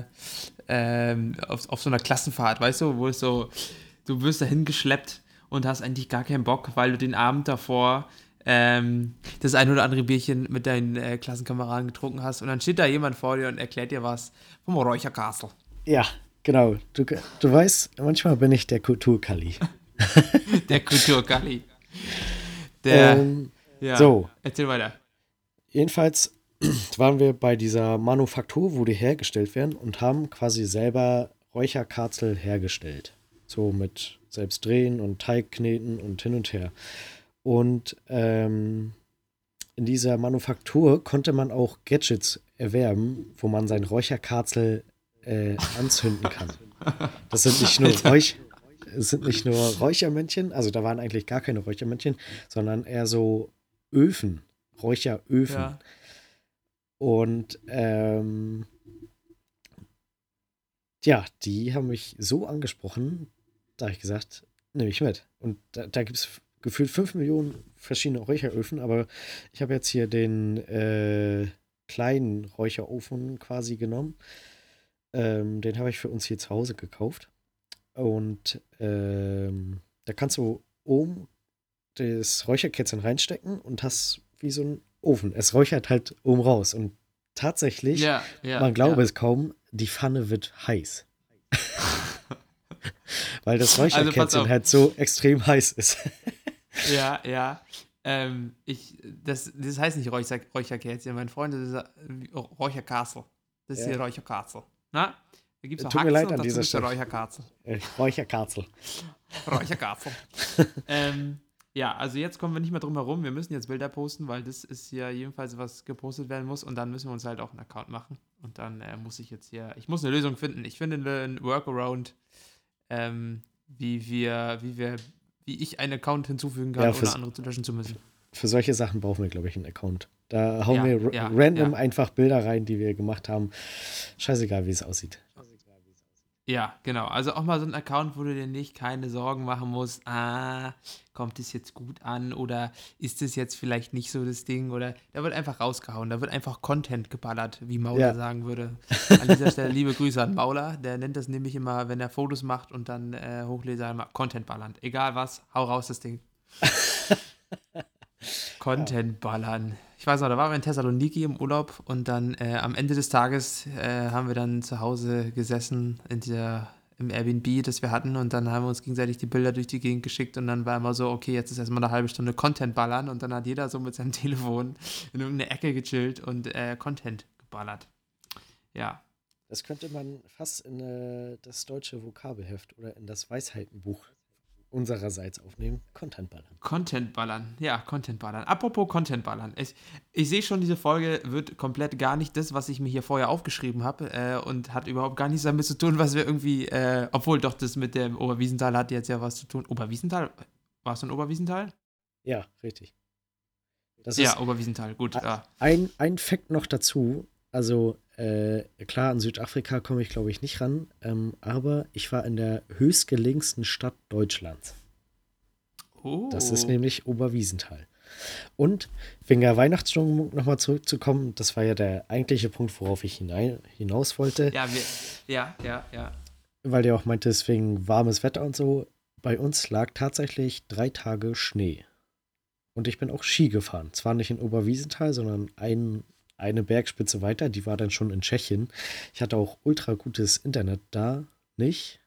auf so einer Klassenfahrt, weißt du, wo es so, du wirst dahin geschleppt und hast eigentlich gar keinen Bock, weil du den Abend davor das ein oder andere Bierchen mit deinen Klassenkameraden getrunken hast und dann steht da jemand vor dir und erklärt dir was vom Räucherkastel. ja, genau. Du weißt, manchmal bin ich der Kulturkalli. Der Kulturgalli. Der, Ähm, ja, so, erzähl weiter. jedenfalls waren wir bei dieser Manufaktur, wo die hergestellt werden und haben quasi selber Räucherkarzel hergestellt. So mit selbst drehen und Teig kneten und hin und her. Und in dieser Manufaktur konnte man auch Gadgets erwerben, wo man sein Räucherkarzel anzünden kann. Das sind nicht nur Alter. es sind nicht nur Räuchermännchen, also da waren eigentlich gar keine Räuchermännchen, sondern eher so Öfen, Räucheröfen. Ja. Und ja, die haben mich so angesprochen, da habe ich gesagt, nehme ich mit. Und da gibt es gefühlt 5 Millionen verschiedene Räucheröfen, aber ich habe jetzt hier den kleinen Räucherofen quasi genommen. Den habe ich für uns hier zu Hause gekauft. Und da kannst du oben das Räucherkerzchen reinstecken und hast wie so einen Ofen. Es räuchert halt oben raus. Und tatsächlich, Ja, ja, man glaube ja. es kaum, die Pfanne wird heiß. Weil das Also pass Räucherkerzchen auf. halt so extrem heiß ist. Ja, ja. Das heißt nicht Räucherkerzchen, mein Freund, das ist Räucherkastel. Das ist Ja. hier Räucherkastel. Na? Da gibt es auch Tut mir Haxen leid und an dazu dieser gibt es ja Stelle. Räucherkastel. Räucherkarzel. Räucherkastel. Ja, also jetzt kommen wir nicht mehr drum herum. Wir müssen jetzt Bilder posten, weil das ist ja jedenfalls was gepostet werden muss und dann müssen wir uns halt auch einen Account machen. Und dann muss ich jetzt hier, ich muss eine Lösung finden. Ich finde einen Workaround, wie wir wie ich einen Account hinzufügen kann, Ja, ohne andere zu löschen zu müssen. für solche Sachen brauchen wir, glaube ich, einen Account. Da hauen Ja, wir ja, random ja. einfach Bilder rein, die wir gemacht haben. Scheißegal, wie es aussieht. Ja, genau. Also auch mal so ein Account, wo du dir nicht keine Sorgen machen musst, kommt es jetzt gut an oder ist es jetzt vielleicht nicht so das Ding oder da wird einfach rausgehauen, da wird einfach Content geballert, wie Mauler Ja, sagen würde. An dieser Stelle liebe Grüße an Mauler, der nennt das nämlich immer, wenn er Fotos macht und dann Hochleser immer Content ballern. Egal was, hau raus das Ding. ja, Content ballern. Ich weiß noch, da waren wir in Thessaloniki im Urlaub und dann am Ende des Tages haben wir dann zu Hause gesessen im Airbnb, das wir hatten und dann haben wir uns gegenseitig die Bilder durch die Gegend geschickt und dann war immer so, okay, jetzt ist erstmal eine halbe Stunde Content ballern und dann hat jeder so mit seinem Telefon in irgendeine Ecke gechillt und Content geballert. Ja, das könnte man fast in das deutsche Vokabelheft oder in das Weisheitenbuch unsererseits aufnehmen. Content ballern. Content ballern. Ja, Content ballern. Apropos Content ballern. Ich sehe schon, diese Folge wird komplett gar nicht das, was ich mir hier vorher aufgeschrieben habe und hat überhaupt gar nichts damit zu tun, was wir irgendwie, obwohl doch das mit dem Oberwiesenthal hat jetzt ja was zu tun. Oberwiesenthal? War es ein Oberwiesenthal? Ja, richtig. Das ist Ja, Oberwiesenthal, gut. Ja. ein Fakt noch dazu. Also, klar, in Südafrika komme ich, glaube ich, nicht ran, aber ich war in der höchstgelegensten Stadt Deutschlands. Das ist Oh. nämlich Oberwiesenthal. Und wegen der Weihnachtsstimmung nochmal zurückzukommen, das war ja der eigentliche Punkt, worauf ich hinaus wollte, Ja, ja. weil der auch meinte, wegen warmes Wetter und so. Bei uns lag tatsächlich 3 Tage Schnee. Und ich bin auch Ski gefahren. Zwar nicht in Oberwiesenthal, sondern eine Bergspitze weiter. Die war dann schon in Tschechien. Ich hatte auch ultra gutes Internet da. Nicht.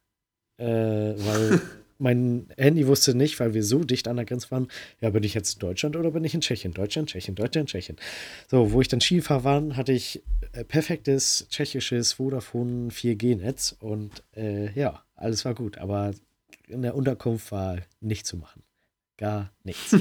Weil mein Handy wusste nicht, weil wir so dicht an der Grenze waren. Ja, bin ich jetzt in Deutschland oder bin ich in Tschechien? Deutschland, Tschechien, Deutschland, Tschechien. So, wo ich dann Skifahren war, hatte ich perfektes tschechisches Vodafone 4G-Netz. Und ja, alles war gut. Aber in der Unterkunft war nichts zu machen. Gar nichts.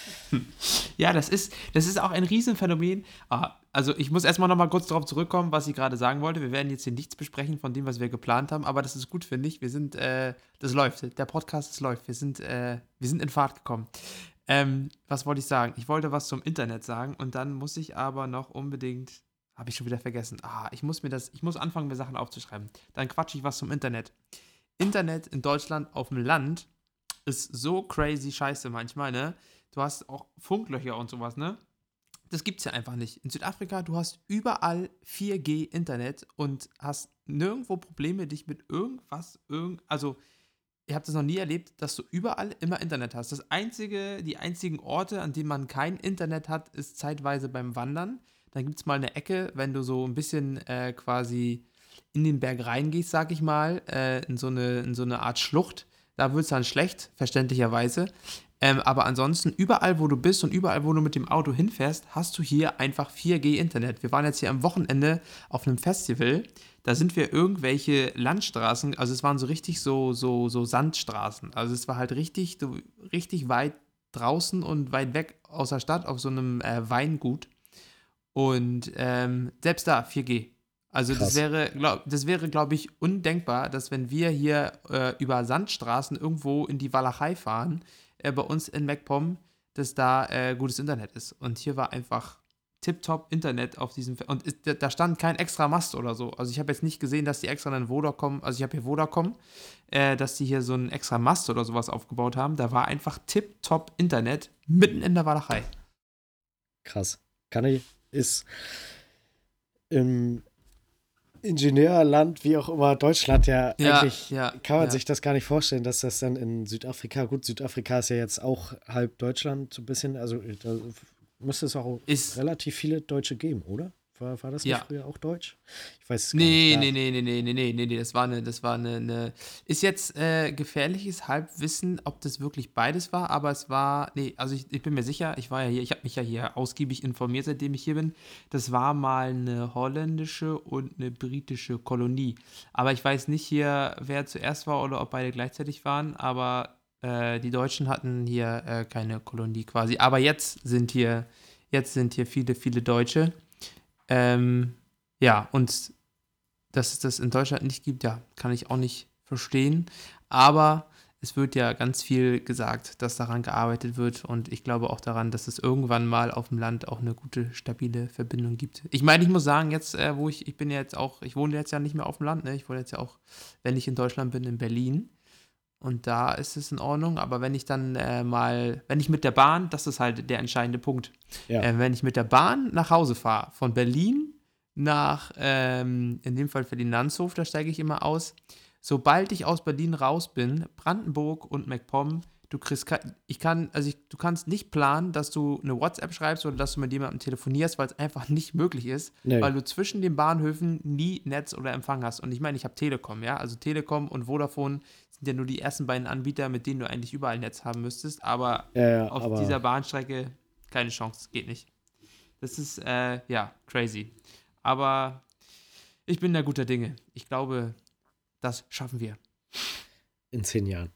Ja, das ist auch ein Riesenphänomen. Also ich muss erstmal nochmal kurz darauf zurückkommen, was ich gerade sagen wollte. Wir werden jetzt hier nichts besprechen von dem, was wir geplant haben, aber das ist gut, finde ich. Das läuft. Der Podcast, das läuft. Wir sind in Fahrt gekommen. Was wollte ich sagen? Ich wollte was zum Internet sagen und dann muss ich aber noch unbedingt, habe ich schon wieder vergessen. Ich muss anfangen, mir Sachen aufzuschreiben. Dann quatsche ich was zum Internet. Internet in Deutschland auf dem Land ist so crazy scheiße manchmal, ne? Du hast auch Funklöcher und sowas, ne? Das gibt's ja einfach nicht. In Südafrika, du hast überall 4G Internet und hast nirgendwo Probleme, dich mit also, ihr habt das noch nie erlebt, dass du überall immer Internet hast. Die einzigen Orte, an denen man kein Internet hat, ist zeitweise beim Wandern. Dann gibt es mal eine Ecke, wenn du so ein bisschen quasi in den Berg reingehst, sag ich mal, in so eine Art Schlucht. Da wird es dann schlecht, verständlicherweise. Aber ansonsten, überall, wo du bist und überall, wo du mit dem Auto hinfährst, hast du hier einfach 4G-Internet. Wir waren jetzt hier am Wochenende auf einem Festival. Da sind wir irgendwelche Landstraßen, also es waren so richtig so Sandstraßen. Also es war halt richtig weit draußen und weit weg aus der Stadt auf so einem Weingut. Und selbst da 4G. Also Krass. das wäre, glaube ich, undenkbar, dass wenn wir hier über Sandstraßen irgendwo in die Walachei fahren, bei uns in MacPom, dass da gutes Internet ist. Und hier war einfach tipptopp Internet auf diesem und da stand kein extra Mast oder so. Also ich habe jetzt nicht gesehen, dass die extra einen Vodacom, also ich habe hier Vodacom, dass die hier so einen extra Mast oder sowas aufgebaut haben. Da war einfach tipptopp Internet mitten in der Walachei. Krass. Ist im Ingenieurland, wie auch immer, Deutschland ja Ja, eigentlich, ja, kann man ja. sich das gar nicht vorstellen, dass das dann in Südafrika, gut, Südafrika ist ja jetzt auch halb Deutschland so ein bisschen, also da müsste es auch Ist, relativ viele Deutsche geben, oder? War das nicht ja. früher auch Deutsch? Ich weiß es gar nicht. Nee, Da, nee, nee, nee, nee, nee, nee, nee, nee, das war eine. Ist jetzt gefährliches Halbwissen, ob das wirklich beides war, aber es war, nee, also ich bin mir sicher, ich war ja hier, ich habe mich ja hier ausgiebig informiert, seitdem ich hier bin. Das war mal eine holländische und eine britische Kolonie. Aber ich weiß nicht hier, wer zuerst war oder ob beide gleichzeitig waren, aber die Deutschen hatten hier keine Kolonie quasi. Aber jetzt sind hier viele, viele Deutsche. Ähm, ja, und dass es das in Deutschland nicht gibt, ja, kann ich auch nicht verstehen. Aber es wird ja ganz viel gesagt, dass daran gearbeitet wird und ich glaube auch daran, dass es irgendwann mal auf dem Land auch eine gute, stabile Verbindung gibt. Ich meine, ich muss sagen, jetzt, ich bin ja jetzt auch, ich wohne jetzt ja nicht mehr auf dem Land, ne? Ich wohne jetzt ja auch, wenn ich in Deutschland bin, in Berlin und da ist es in Ordnung, aber wenn ich dann wenn ich mit der Bahn, das ist halt der entscheidende Punkt, Ja, wenn ich mit der Bahn nach Hause fahre, von Berlin nach, in dem Fall Berlin-Landshof, da steige ich immer aus. Sobald ich aus Berlin raus bin, Brandenburg und MacPom, du kannst nicht planen, dass du eine WhatsApp schreibst oder dass du mit jemandem telefonierst, weil es einfach nicht möglich ist, nee, weil du zwischen den Bahnhöfen nie Netz oder Empfang hast. Und ich meine, ich habe Telekom, ja, also Telekom und Vodafone sind ja nur die ersten beiden Anbieter, mit denen du eigentlich überall Netz haben müsstest, aber ja, ja, auf aber dieser Bahnstrecke keine Chance, geht nicht. Das ist, ja, crazy. Aber ich bin da guter Dinge. Ich glaube, das schaffen wir. in 10 Jahren.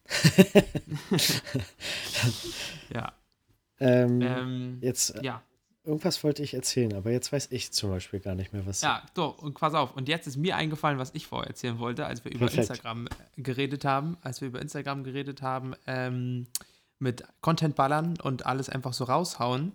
Ja. Ähm, jetzt, Ja. irgendwas wollte ich erzählen, aber jetzt weiß ich zum Beispiel gar nicht mehr, was. Ja, so, und pass auf. Und jetzt ist mir eingefallen, was ich vorher erzählen wollte, als wir über Perfekt. Instagram geredet haben, mit Content ballern und alles einfach so raushauen.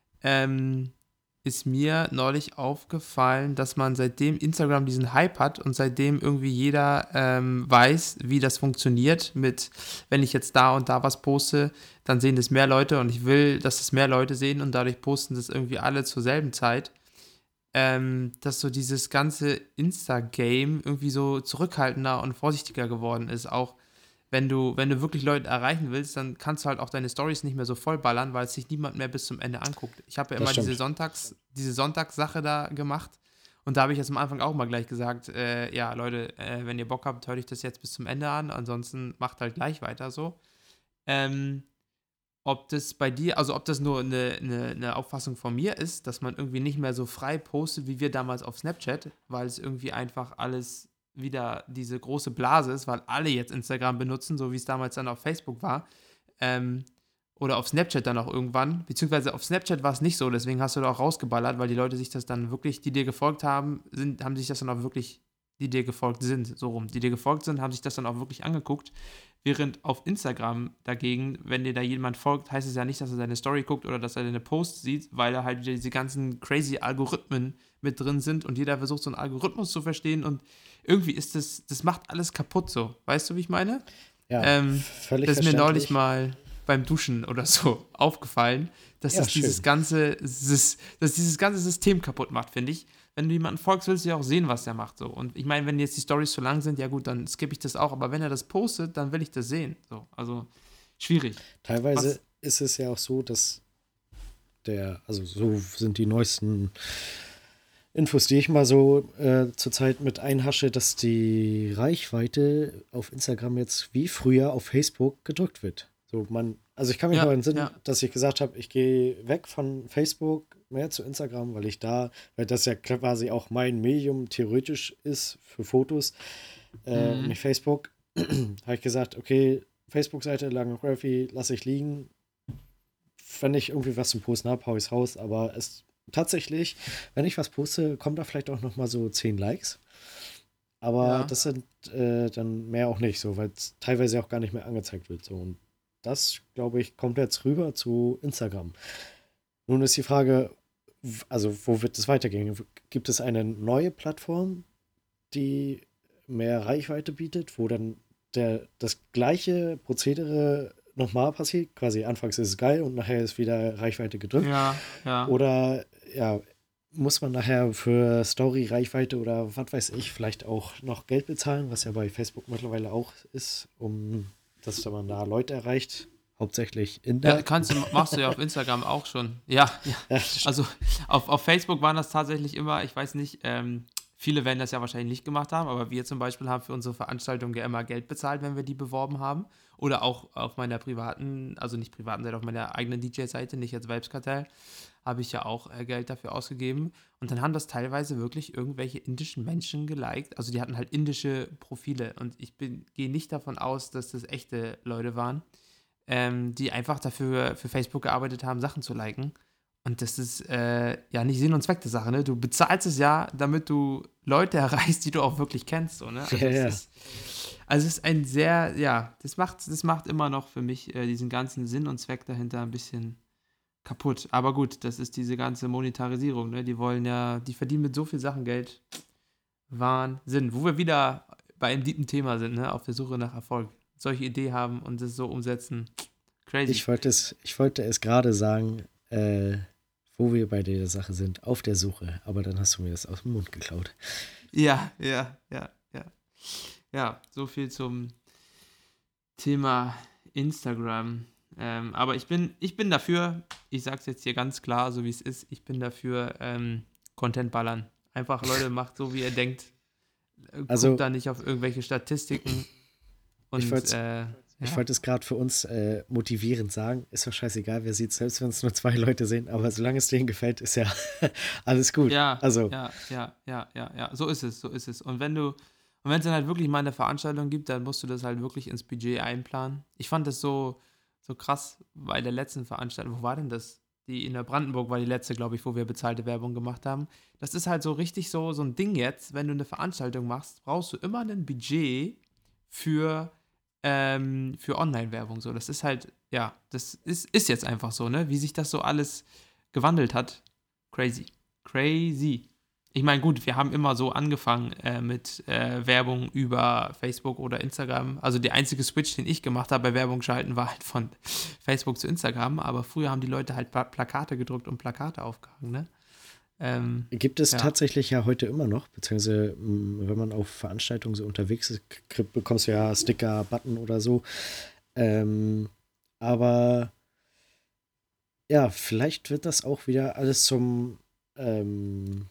Ist mir neulich aufgefallen, dass man seitdem Instagram diesen Hype hat und seitdem irgendwie jeder weiß, wie das funktioniert mit, wenn ich jetzt da und da was poste, dann sehen das mehr Leute und ich will, dass es mehr Leute sehen und dadurch posten das irgendwie alle zur selben Zeit, dass so dieses ganze Insta-Game irgendwie so zurückhaltender und vorsichtiger geworden ist. Auch wenn du wirklich Leute erreichen willst, dann kannst du halt auch deine Stories nicht mehr so vollballern, weil es sich niemand mehr bis zum Ende anguckt. Ich habe ja Das immer stimmt. diese Sonntagssache da gemacht und da habe ich jetzt am Anfang auch mal gleich gesagt, ja Leute, wenn ihr Bock habt, hört euch das jetzt bis zum Ende an, ansonsten macht halt gleich weiter so. Ähm, Ob das bei dir, also ob das nur eine Auffassung von mir ist, dass man irgendwie nicht mehr so frei postet, wie wir damals auf Snapchat, weil es irgendwie einfach alles wieder diese große Blase ist, weil alle jetzt Instagram benutzen, so wie es damals dann auf Facebook war. Ähm, oder auf Snapchat dann auch irgendwann. Beziehungsweise auf Snapchat war es nicht so, deswegen hast du da auch rausgeballert, weil die Leute sich das dann wirklich, die dir gefolgt haben, haben sich das dann auch wirklich, die dir gefolgt sind, so rum. Die dir gefolgt sind, haben sich das dann auch wirklich angeguckt. Während auf Instagram dagegen, wenn dir da jemand folgt, heißt es ja nicht, dass er deine Story guckt oder dass er deine Posts sieht, weil da halt wieder diese ganzen crazy Algorithmen mit drin sind und jeder versucht, so einen Algorithmus zu verstehen und irgendwie das macht alles kaputt so. Weißt du, wie ich meine? Ja, völlig Das ist mir neulich verständlich. mal beim Duschen oder so aufgefallen, dass Ja, das schön. dass dieses ganze System kaputt macht, finde ich. Wenn du jemanden folgst, willst du ja auch sehen, was der macht. So. Und ich meine, wenn jetzt die Storys zu lang sind, ja gut, dann skippe ich das auch. Aber wenn er das postet, dann will ich das sehen. So. Also schwierig. Teilweise Was? ist es ja auch so, dass also so sind die neuesten Infos, die ich mal so zurzeit mit einhasche, dass die Reichweite auf Instagram jetzt wie früher auf Facebook gedrückt wird. Also ich kann mich noch Ja, entsinnen, ja. dass ich gesagt habe, ich gehe weg von Facebook mehr zu Instagram, weil das ja quasi auch mein Medium theoretisch ist für Fotos und Mhm. nicht Facebook. Habe ich gesagt, okay, Facebook-Seite, Lange Raffi, lasse ich liegen. Wenn ich irgendwie was zum Posten habe, hau ich es raus. Aber tatsächlich, wenn ich was poste, kommt da vielleicht auch noch mal so 10 Likes. Aber Ja. das sind dann mehr auch nicht so, weil es teilweise auch gar nicht mehr angezeigt wird. So. Und das, glaube ich, kommt jetzt rüber zu Instagram. Nun ist die Frage, also wo wird es weitergehen? Gibt es eine neue Plattform, die mehr Reichweite bietet, wo dann das gleiche Prozedere nochmal passiert? Quasi anfangs ist es geil und nachher ist wieder Reichweite gedrückt. Ja, ja. Oder ja, muss man nachher für Story-Reichweite oder was weiß ich, vielleicht auch noch Geld bezahlen, was ja bei Facebook mittlerweile auch ist, dass man da Leute erreicht, hauptsächlich Ja, Inder. machst du ja auf Instagram auch schon. Ja, ja. Ja, Also auf Facebook waren das tatsächlich immer, ich weiß nicht, viele werden das ja wahrscheinlich nicht gemacht haben, aber wir zum Beispiel haben für unsere Veranstaltung ja immer Geld bezahlt, wenn wir die beworben haben. Oder auch auf meiner privaten, also nicht privaten Seite, auf meiner eigenen DJ-Seite, nicht als Vibes-Kartell, habe ich ja auch Geld dafür ausgegeben. Und dann haben das teilweise wirklich irgendwelche indischen Menschen geliked. Also die hatten halt indische Profile. Und gehe nicht davon aus, dass das echte Leute waren, die einfach dafür für Facebook gearbeitet haben, Sachen zu liken. Und das ist ja nicht Sinn und Zweck der Sache, ne? Du bezahlst es ja, damit du Leute erreichst, die du auch wirklich kennst, so, ne? Also ja, das ja. ist. Also es ist ein sehr, ja, das macht immer noch für mich diesen ganzen Sinn und Zweck dahinter ein bisschen kaputt. Aber gut, das ist diese ganze Monetarisierung, ne? Die verdienen mit so viel Sachen Geld. Wahnsinn. Wo wir wieder bei einem tiefen Thema sind, ne? Auf der Suche nach Erfolg. Solche Idee haben und das so umsetzen. Crazy. Ich wollte es gerade sagen, wo wir bei der Sache sind, auf der Suche, aber dann hast du mir das aus dem Mund geklaut. Ja, ja, ja, ja. Ja, so viel zum Thema Instagram. Aber ich bin dafür, ich sag's jetzt hier ganz klar, so wie es ist, ich bin dafür, Content ballern. Einfach, Leute, macht so, wie ihr denkt. Guckt Also, da nicht auf irgendwelche Statistiken ich und wollte ich ja. wollte es gerade für uns motivierend sagen. Ist doch scheißegal, wer sieht, selbst wenn es nur 2 Leute sehen, aber solange es denen gefällt, ist ja alles gut. Ja, Also, ja, ja, ja, ja, ja. So ist es, so ist es. Und wenn es dann halt wirklich mal eine Veranstaltung gibt, dann musst du das halt wirklich ins Budget einplanen. Ich fand das so krass bei der letzten Veranstaltung. Wo war denn das? Die in der Brandenburg war die letzte, glaube ich, wo wir bezahlte Werbung gemacht haben. Das ist halt so richtig so ein Ding jetzt. Wenn du eine Veranstaltung machst, brauchst du immer ein Budget für, für Online-Werbung. So, das ist halt, ja, das ist jetzt einfach so, ne? Wie sich das so alles gewandelt hat. Crazy. Crazy. Ich meine, gut, wir haben immer so angefangen mit Werbung über Facebook oder Instagram. Also der einzige Switch, den ich gemacht habe bei Werbung schalten, war halt von Facebook zu Instagram. Aber früher haben die Leute halt Plakate gedruckt und Plakate aufgehangen, ne? gibt es Ja. tatsächlich ja heute immer noch, beziehungsweise wenn man auf Veranstaltungen so unterwegs ist, bekommst du ja Sticker, Button oder so. Ähm, aber ja, vielleicht wird das auch wieder alles zum ähm,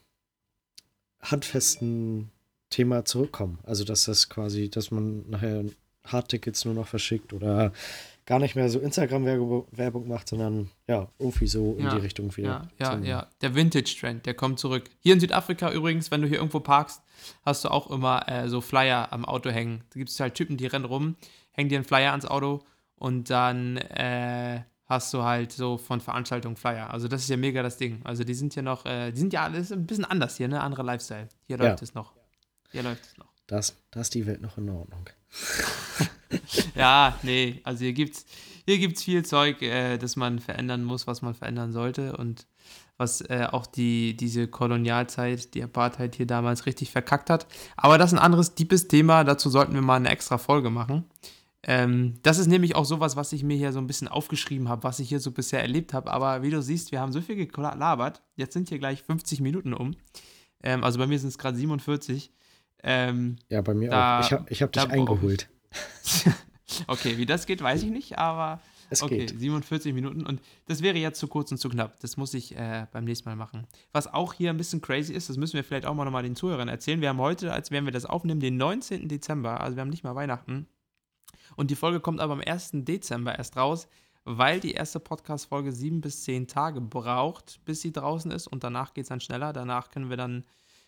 handfesten Thema zurückkommen. Also, dass das quasi, dass man nachher Hardtickets nur noch verschickt oder gar nicht mehr so Instagram-Werbung macht, sondern ja, irgendwie so in die Ja, Richtung wieder ja, ja, zum. ja. Der Vintage-Trend, der kommt zurück. Hier in Südafrika übrigens, wenn du hier irgendwo parkst, hast du auch immer so Flyer am Auto hängen. Da gibt es halt Typen, die rennen rum, hängen dir einen Flyer ans Auto und dann hast du halt so von Veranstaltungen Flyer. Also das ist ja mega das Ding. Also die sind ja noch, die sind ja alles ein bisschen anders hier, ne? Anderer Lifestyle. Hier Ja, läuft es noch. Hier läuft es noch. da ist die Welt noch in Ordnung. Ja, nee, also hier gibt's viel Zeug, das man verändern muss, was man verändern sollte und was auch diese Kolonialzeit, die Apartheid hier damals richtig verkackt hat. Aber das ist ein anderes deepes Thema, dazu sollten wir mal eine extra Folge machen. Das ist nämlich auch sowas, was ich mir hier so ein bisschen aufgeschrieben habe, was ich hier so bisher erlebt habe. Aber wie du siehst, wir haben so viel gelabert. Jetzt sind hier gleich 50 Minuten um. Also bei mir sind es gerade 47. Ähm, Ja, bei mir auch. da, Ich hab da dich brauche ich. eingeholt. Okay, wie das geht, weiß ich nicht, aber Es okay, geht. 47 Minuten und das wäre jetzt zu kurz und zu knapp. Das muss ich beim nächsten Mal machen. Was auch hier ein bisschen crazy ist, das müssen wir vielleicht auch mal nochmal den Zuhörern erzählen. Wir haben heute, als wären wir das aufnehmen, den 19. Dezember, also wir haben nicht mal Weihnachten. Und die Folge kommt aber am 1. Dezember erst raus, weil die erste Podcast-Folge 7 bis 10 Tage braucht, bis sie draußen ist und danach geht es dann schneller. Danach können wir dann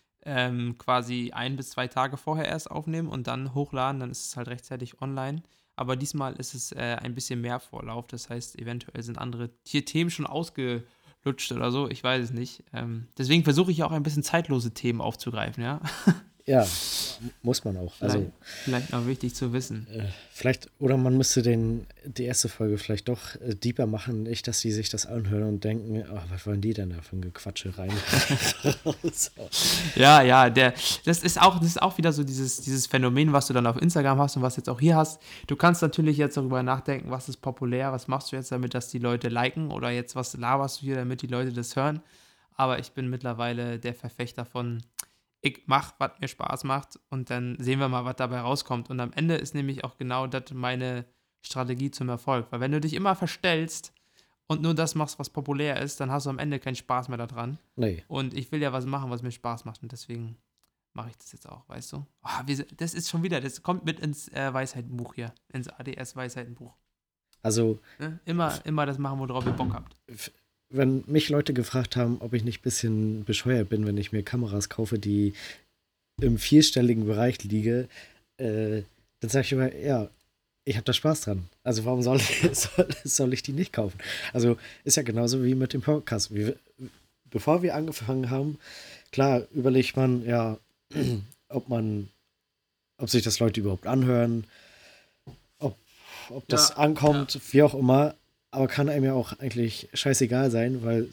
quasi 1 bis 2 Tage vorher erst aufnehmen und dann hochladen, dann ist es halt rechtzeitig online. Aber diesmal ist es ein bisschen mehr Vorlauf, das heißt, eventuell sind andere Themen schon ausgelutscht oder so, ich weiß es nicht. Deswegen versuche ich auch ein bisschen zeitlose Themen aufzugreifen, ja. Ja, muss man auch. Also, Vielleicht noch wichtig zu wissen. vielleicht, oder man müsste die erste Folge vielleicht doch deeper machen, nicht, dass die sich das anhören und denken, oh, was wollen die denn da für ein Gequatsche rein? So. Ja, ja, das ist auch wieder so dieses Phänomen, was du dann auf Instagram hast und was jetzt auch hier hast. Du kannst natürlich jetzt darüber nachdenken, was ist populär, was machst du jetzt damit, dass die Leute liken oder jetzt was laberst du hier, damit die Leute das hören. Aber ich bin mittlerweile der Verfechter von, ich mach, was mir Spaß macht und dann sehen wir mal, was dabei rauskommt. Und am Ende ist nämlich auch genau das meine Strategie zum Erfolg. Weil wenn du dich immer verstellst und nur das machst, was populär ist, dann hast du am Ende keinen Spaß mehr daran. Nee, Und ich will ja was machen, was mir Spaß macht. Und deswegen mache ich das jetzt auch, weißt du? Das ist schon wieder, das kommt mit ins Weisheitenbuch hier, ins ADS-Weisheitenbuch. also Ne? Immer das machen, worauf ihr Bock habt. wenn mich Leute gefragt haben, ob ich nicht ein bisschen bescheuert bin, wenn ich mir Kameras kaufe, die im vierstelligen Bereich liege, dann sage ich immer, ja, ich habe da Spaß dran. Also warum soll ich die nicht kaufen? Also ist ja genauso wie mit dem Podcast. Bevor wir angefangen haben, klar überlegt man, ja, ob man ob sich das Leute überhaupt anhören, ob, ob das Ja, ja. ankommt, wie auch immer. Aber kann einem ja auch eigentlich scheißegal sein, weil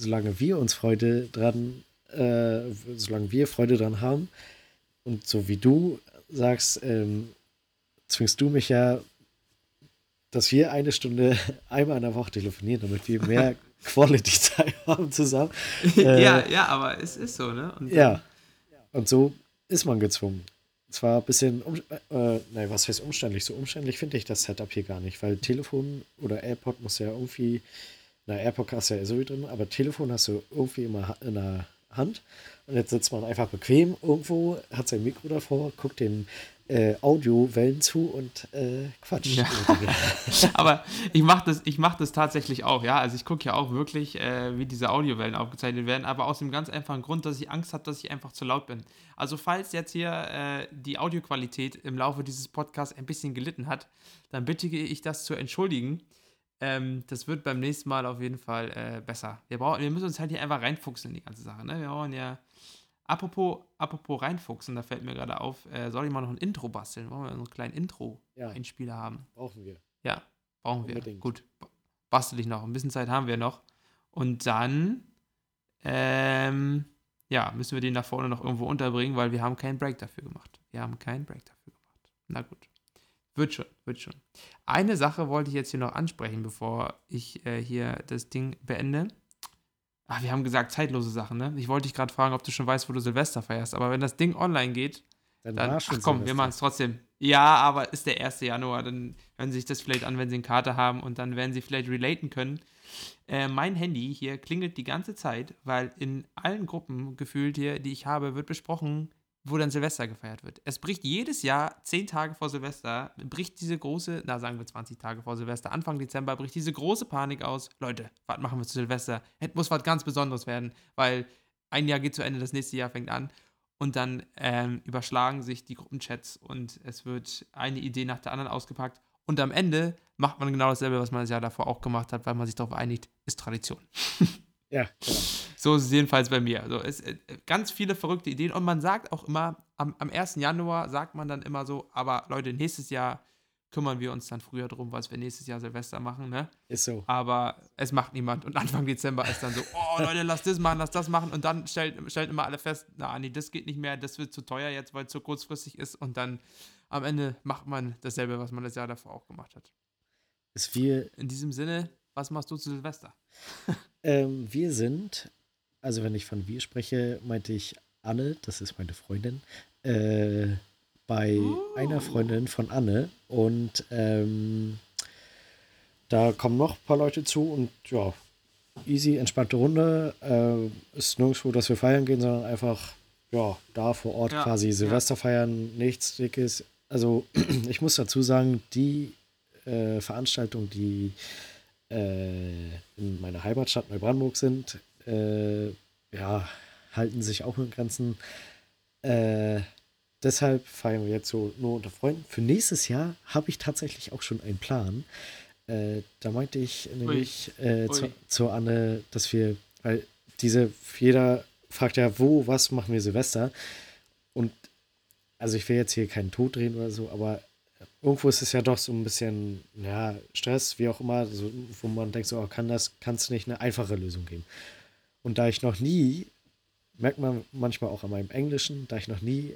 solange wir Freude dran haben und so wie du sagst, zwingst du mich ja, dass wir eine Stunde einmal in der Woche telefonieren, damit wir mehr Quality Time haben zusammen. Äh, Ja, ja, aber es ist so, ne? Und ja, dann, und so ist man gezwungen. Zwar ein bisschen, nein, was heißt umständlich? So umständlich finde ich das Setup hier gar nicht, weil Telefon oder AirPod muss ja irgendwie, na, AirPod hast du ja sowieso drin, aber Telefon hast du irgendwie immer in der Hand. Und jetzt sitzt man einfach bequem irgendwo, hat sein Mikro davor, guckt den Audiowellen zu und ja. quatscht über Dinge. Aber ich mach das tatsächlich auch, ja. Also ich gucke ja auch wirklich, wie diese Audiowellen aufgezeichnet werden, aber aus dem ganz einfachen Grund, dass ich Angst habe, dass ich einfach zu laut bin. Also falls jetzt hier die Audioqualität im Laufe dieses Podcasts ein bisschen gelitten hat, dann bitte ich das zu entschuldigen. Das wird beim nächsten Mal auf jeden Fall besser. Wir müssen uns halt hier einfach reinfuchsen in die ganze Sache, ne? Wir brauchen ja. Apropos reinfuchsen, da fällt mir gerade auf, soll ich mal noch ein Intro basteln? Wollen wir so einen kleinen Ja, Intro-Einspieler haben? brauchen wir. Ja, brauchen wir. Unbedingt. Gut, bastel ich noch. Ein bisschen Zeit haben wir noch. Und dann, ähm, ja, müssen wir den da vorne noch irgendwo unterbringen, weil wir haben keinen Break dafür gemacht. Wir haben keinen Break dafür gemacht. Na gut. Wird schon, wird schon. Eine Sache wollte ich jetzt hier noch ansprechen, bevor ich hier das Ding beende. Ah, wir haben gesagt, zeitlose Sachen, ne? Ich wollte dich gerade fragen, ob du schon weißt, wo du Silvester feierst. Aber wenn das Ding online geht, Dann dann, war ach schon komm, wir machen Silvester. es trotzdem. Ja, aber ist der 1. Januar. Dann hören sie sich das vielleicht an, wenn sie eine Karte haben und dann werden sie vielleicht relaten können. Mein Handy hier klingelt die ganze Zeit, weil in allen Gruppen gefühlt hier, die ich habe, wird besprochen, wo dann Silvester gefeiert wird. Es bricht jedes Jahr 10 Tage vor Silvester, bricht diese große, na sagen wir 20 Tage vor Silvester, Anfang Dezember, bricht diese große Panik aus. Leute, was machen wir zu Silvester? Es muss was ganz Besonderes werden, weil ein Jahr geht zu Ende, das nächste Jahr fängt an. Und dann überschlagen sich die Gruppenchats und es wird eine Idee nach der anderen ausgepackt. Und am Ende macht man genau dasselbe, was man das Jahr davor auch gemacht hat, weil man sich darauf einigt, ist Tradition. Ja, genau. So ist es jedenfalls bei mir. Also ganz viele verrückte Ideen. Und man sagt auch immer, am 1. Januar sagt man dann immer so, aber Leute, nächstes Jahr kümmern wir uns dann früher drum, was wir nächstes Jahr Silvester machen, ne? Ist so. Aber es macht niemand. Und Anfang Dezember ist dann so, oh Leute, lass das machen. Und dann stellt immer alle fest, na, nee, das geht nicht mehr, das wird zu teuer jetzt, weil es zu kurzfristig ist. Und dann am Ende macht man dasselbe, was man das Jahr davor auch gemacht hat. Ist wir, In diesem Sinne, was machst du zu Silvester? wir sind, also wenn ich von wir spreche, meinte ich Anne, das ist meine Freundin, äh, bei einer Oh. Freundin von Anne und da kommen noch ein paar Leute zu und ja, easy, entspannte Runde. Ist nirgendwo, dass wir feiern gehen, sondern einfach, ja, da vor Ort Ja, quasi ja. Silvester feiern, nichts Dickes. Also, ich muss dazu sagen, die Veranstaltungen, die in meiner Heimatstadt Neubrandenburg sind, ja, halten sich auch in Grenzen. Äh, Deshalb feiern wir jetzt so nur unter Freunden. Für nächstes Jahr habe ich tatsächlich auch schon einen Plan. Da meinte ich Ui, nämlich ui. zu Anne, dass wir, weil jeder fragt ja, wo, was machen wir Silvester? Und also ich will jetzt hier keinen Tod drehen oder so, aber irgendwo ist es ja doch so ein bisschen, ja, Stress, wie auch immer, so, wo man denkt, so, oh, kann es nicht eine einfache Lösung geben? Und da ich noch nie, merkt man manchmal auch an meinem Englischen, da ich noch nie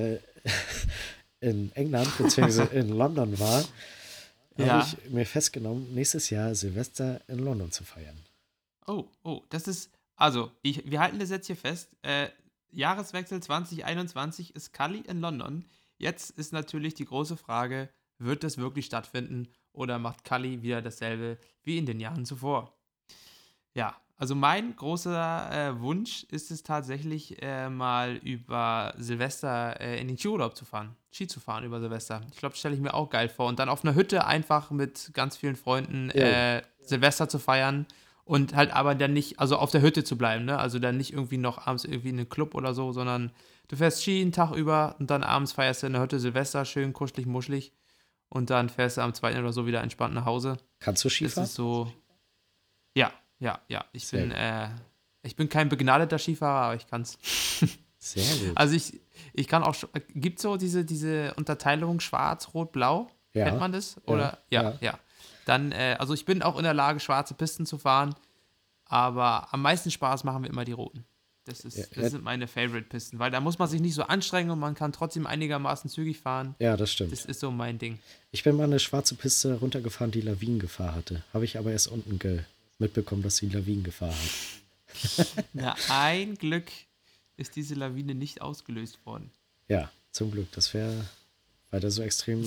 in England bzw. in London war, habe Ja. ich mir festgenommen, nächstes Jahr Silvester in London zu feiern. Oh, oh, das ist, also, wir halten das jetzt hier fest. Jahreswechsel 2021 ist Cully in London. Jetzt ist natürlich die große Frage, wird das wirklich stattfinden oder macht Cully wieder dasselbe wie in den Jahren zuvor? Ja, also mein großer Wunsch ist es tatsächlich mal über Silvester in den Skiurlaub zu fahren. Ski zu fahren über Silvester. Ich glaube, das stelle ich mir auch geil vor. Und dann auf einer Hütte einfach mit ganz vielen Freunden Jo, Silvester zu feiern und halt aber dann nicht, also auf der Hütte zu bleiben, ne? Also dann nicht irgendwie noch abends irgendwie in einen Club oder so, sondern du fährst Ski einen Tag über und dann abends feierst du in der Hütte Silvester, schön kuschelig, muschelig und dann fährst du am 2. oder so wieder entspannt nach Hause. kannst du Das Skifahren? ist so, ja, ja, ja. Sehr gut. Ich bin kein begnadeter Skifahrer, aber ich kann's. Sehr gut. Also ich kann auch, gibt es so diese Unterteilung schwarz, rot, blau? Kennt Ja, man das? ja, Oder? Ja, ja. ja. Dann, also ich bin auch in der Lage, schwarze Pisten zu fahren, aber am meisten Spaß machen wir immer die roten. Ja, Das sind meine Favorite-Pisten, weil da muss man sich nicht so anstrengen und man kann trotzdem einigermaßen zügig fahren. ja, das Das stimmt. ist so mein Ding. Ich bin mal eine schwarze Piste runtergefahren, die Lawinengefahr hatte. Habe ich aber erst unten mitbekommen, dass sie Lawinengefahr hat. Na, ein Glück ist diese Lawine nicht ausgelöst worden. Ja, zum Glück. Das wäre, weil da so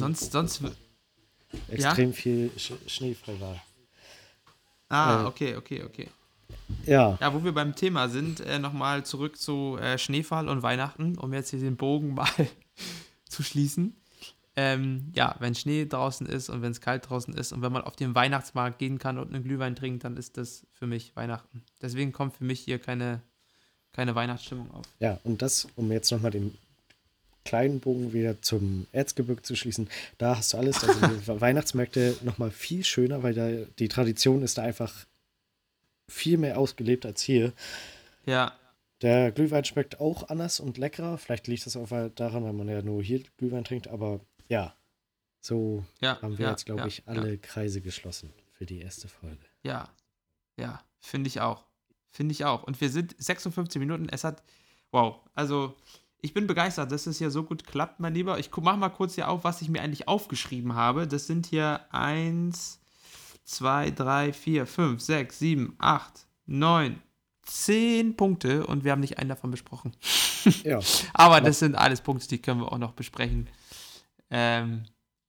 Ja? extrem viel Schneefall war. Ah, Äh, okay. ja, Ja, wo wir beim Thema sind, nochmal zurück zu Schneefall und Weihnachten, um jetzt hier den Bogen mal zu schließen. Ja, wenn Schnee draußen ist und wenn es kalt draußen ist und wenn man auf den Weihnachtsmarkt gehen kann und einen Glühwein trinkt, dann ist das für mich Weihnachten. Deswegen kommt für mich hier keine Weihnachtsstimmung auf. ja, und das, um jetzt nochmal den kleinen Bogen wieder zum Erzgebirge zu schließen, da hast du alles, also die Weihnachtsmärkte nochmal viel schöner, weil da die Tradition ist da einfach viel mehr ausgelebt als hier. Ja, Der Glühwein schmeckt auch anders und leckerer. Vielleicht liegt das auch daran, weil man ja nur hier Glühwein trinkt, aber ja, so haben wir jetzt, glaube ich, ja, alle Kreise geschlossen für die erste Folge. ja, ja, finde ich auch. Finde ich auch. Und wir sind 56 Minuten. Wow, also ich bin begeistert, dass es hier so gut klappt, mein Lieber. Ich mach mal kurz hier auf, was ich mir eigentlich aufgeschrieben habe. Das sind hier 1, 2, 3, 4, 5, 6, 7, 8, 9, 10 Punkte und wir haben nicht einen davon besprochen. Ja, Aber das sind alles Punkte, die können wir auch noch besprechen, ähm,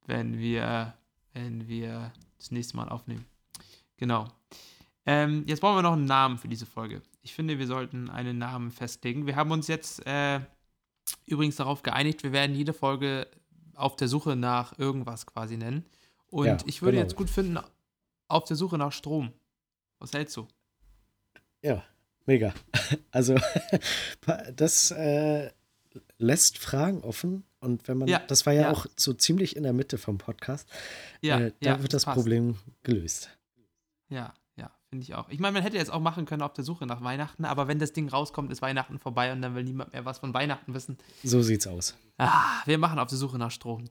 wenn wir das nächste Mal aufnehmen. Genau. Jetzt brauchen wir noch einen Namen für diese Folge. Ich finde, wir sollten einen Namen festlegen. Wir haben uns jetzt übrigens darauf geeinigt, wir werden jede Folge auf der Suche nach irgendwas quasi nennen. ja, Und ich würde genau. jetzt gut finden, auf der Suche nach Strom. Was hältst du? Ja, mega. Also, das lässt Fragen offen. Und wenn man, Ja, das war ja ja, auch so ziemlich in der Mitte vom Podcast, ja, da wird das das passt. Problem gelöst. Ja, finde ich auch. Ich meine, man hätte jetzt auch machen können auf der Suche nach Weihnachten, aber wenn das Ding rauskommt, ist Weihnachten vorbei und dann will niemand mehr was von Weihnachten wissen. So sieht's aus. Wir machen auf der Suche nach Strom.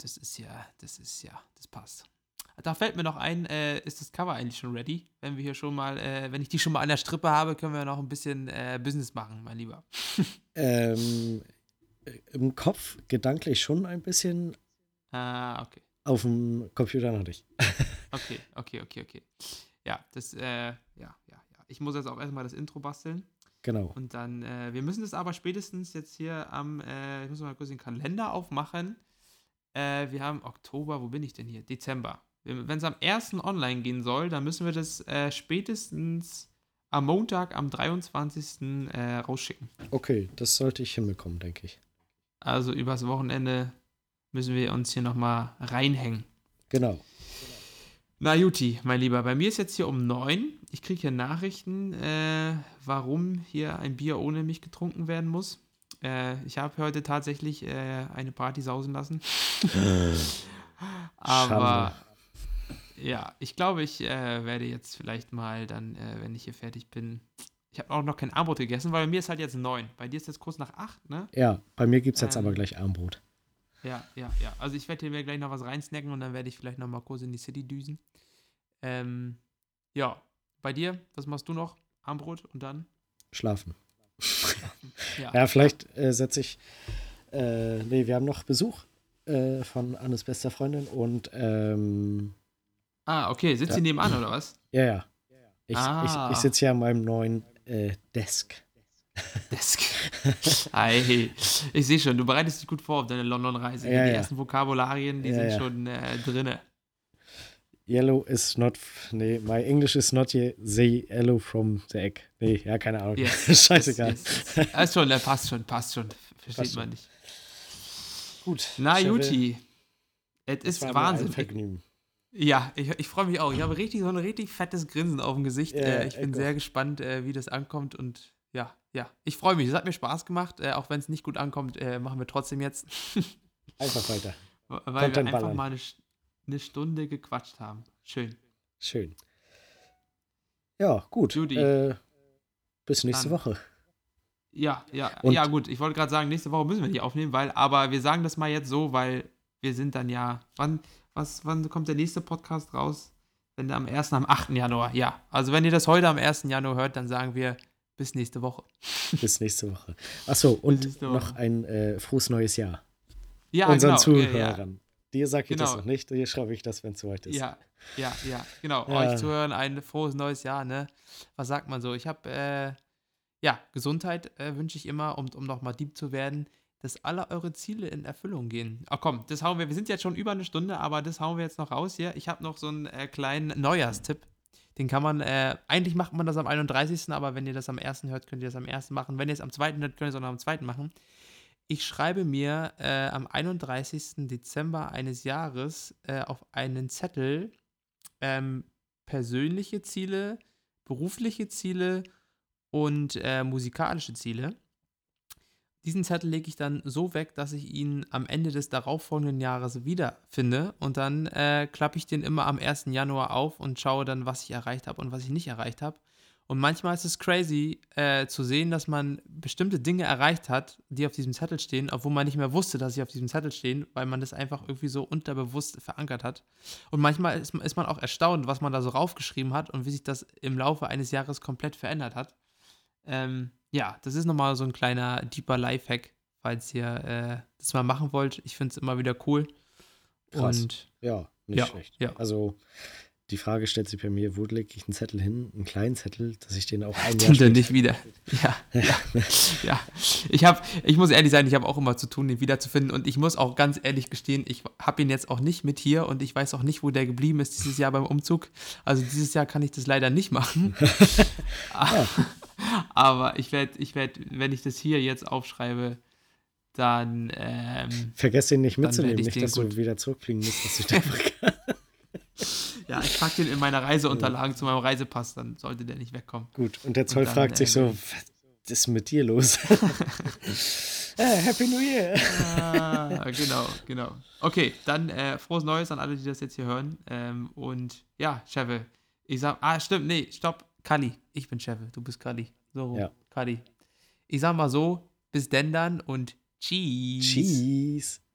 Das passt. Da fällt mir noch ein, ist das Cover eigentlich schon ready? Wenn wir hier schon mal, wenn ich die schon mal an der Strippe habe, können wir noch ein bisschen Business machen, mein Lieber. Ähm, Im Kopf gedanklich schon ein bisschen, Ah, okay. auf dem Computer noch nicht. Okay. Ja, ja. Ich muss jetzt auch erstmal das Intro basteln. Genau. Und dann, wir müssen das aber spätestens jetzt hier ich muss mal kurz den Kalender aufmachen. Wir haben Oktober, wo bin ich denn hier? Dezember. Wenn es am 1. online gehen soll, dann müssen wir das spätestens am Montag, am 23. Rausschicken. Okay, das sollte ich hinbekommen, denke ich. Also übers Wochenende müssen wir uns hier nochmal reinhängen. Genau. Na Juti, mein Lieber, bei mir ist jetzt hier um 9. Ich kriege hier Nachrichten, warum hier ein Bier ohne mich getrunken werden muss. Ich habe heute tatsächlich eine Party sausen lassen. Schande. Aber ja, ich glaube, ich werde jetzt vielleicht mal dann, wenn ich hier fertig bin. Ich habe auch noch kein Armbrot gegessen, weil bei mir ist halt jetzt 9. Bei dir ist jetzt kurz nach 8, ne? Ja, bei mir gibt es jetzt aber Ähm, gleich Armbrot. ja. Also ich werde mir gleich noch was reinsnacken und dann werde ich vielleicht noch mal kurz in die City düsen. Ähm, ja, bei dir, was machst du noch? Armbrot und dann? Schlafen. Ja. Ja, vielleicht setze ich. Nee, wir haben noch Besuch von Annes bester Freundin und Ah, okay. Sitzt da, sie nebenan oder was? ja. Ich Ah, sitze hier an meinem neuen Desk. Desk. Hey, ich sehe schon, du bereitest dich gut vor auf deine London-Reise. Ja, Die ja. ersten Vokabularien, die Ja, sind ja. schon drinne. Yellow is not. Nee, my English is not the yellow from the egg. Nee, ja, keine Ahnung. Yes. Scheißegal. Ist schon, passt schon. Versteht Passt man schon. nicht. Gut. Na, Chevy, Juti, es es ist war mir ein Wahnsinn. Vergnügen. Ja, ich freue mich auch. Ich habe so ein richtig fettes Grinsen auf dem Gesicht. Ja, Ich bin ich sehr auch. gespannt, wie das ankommt. Und ja. Ich freue mich. Es hat mir Spaß gemacht. Auch wenn es nicht gut ankommt, machen wir trotzdem jetzt. Einfach weiter. Weil wir Content einfach ballern. mal eine Stunde gequatscht haben. Schön. Schön. Ja, gut. Judy, Bis nächste dann. Woche. Ja, gut. Ich wollte gerade sagen, nächste Woche müssen wir nicht aufnehmen, aber wir sagen das mal jetzt so, weil wir sind dann ja, wann kommt der nächste Podcast raus? Wenn der am 8. Januar, ja. Also wenn ihr das heute am 1. Januar hört, dann sagen wir bis nächste Woche. Bis nächste Woche. Achso, und noch ein frohes neues Jahr. Ja, unseren genau. Zuhörern. Dir sage ich das Genau. noch nicht, dir schreibe ich das, wenn es soweit ist. Ja, genau. Ja. Euch zuhören, ein frohes neues Jahr, ne? Was sagt man so? Ich habe, Gesundheit wünsche ich immer, um nochmal deep zu werden, dass alle eure Ziele in Erfüllung gehen. Ach komm, das hauen wir sind jetzt schon über eine Stunde, aber das hauen wir jetzt noch raus hier. Ich habe noch so einen kleinen Neujahrstipp. Den kann man, eigentlich macht man das am 31., aber wenn ihr das am 1. hört, könnt ihr das am 1. machen. Wenn ihr es am 2. hört, könnt ihr es auch noch am 2. machen. Ich schreibe mir am 31. Dezember eines Jahres auf einen Zettel persönliche Ziele, berufliche Ziele und musikalische Ziele. Diesen Zettel lege ich dann so weg, dass ich ihn am Ende des darauffolgenden Jahres wiederfinde und dann klappe ich den immer am 1. Januar auf und schaue dann, was ich erreicht habe und was ich nicht erreicht habe. Und manchmal ist es crazy zu sehen, dass man bestimmte Dinge erreicht hat, die auf diesem Zettel stehen, obwohl man nicht mehr wusste, dass sie auf diesem Zettel stehen, weil man das einfach irgendwie so unterbewusst verankert hat. Und manchmal ist man auch erstaunt, was man da so raufgeschrieben hat und wie sich das im Laufe eines Jahres komplett verändert hat. Das ist nochmal so ein kleiner, deeper Lifehack, falls ihr das mal machen wollt. Ich finde es immer wieder cool. Krass. Und ja, nicht schlecht. Ja. Also die Frage stellt sich bei mir, wo lege ich einen Zettel hin, einen kleinen Zettel, dass ich den auch ein Jahr stimmt später... nicht wieder. Ja. Ich muss ehrlich sein, ich habe auch immer zu tun, den wiederzufinden. Und ich muss auch ganz ehrlich gestehen, ich habe ihn jetzt auch nicht mit hier und ich weiß auch nicht, wo der geblieben ist dieses Jahr beim Umzug. Also dieses Jahr kann ich das leider nicht machen. Aber ich werd, wenn ich das hier jetzt aufschreibe, dann Vergesst ihn nicht mitzunehmen, ich nicht, den dass du gut- wieder zurückfliegen musst, dass du den vergessen. Ja, ich packe den in meine Reiseunterlagen zu meinem Reisepass, dann sollte der nicht wegkommen. Gut, und der Zoll fragt sich so, was ist mit dir los? Happy New Year! Genau. Okay, dann frohes Neues an alle, die das jetzt hier hören. Und ja, Cheve, ich sag, stimmt, nee, stopp, Kali, ich bin Cheve, du bist Kali. So, Ja. Kali. Ich sag mal so, bis denn dann und tschüss. Cheese!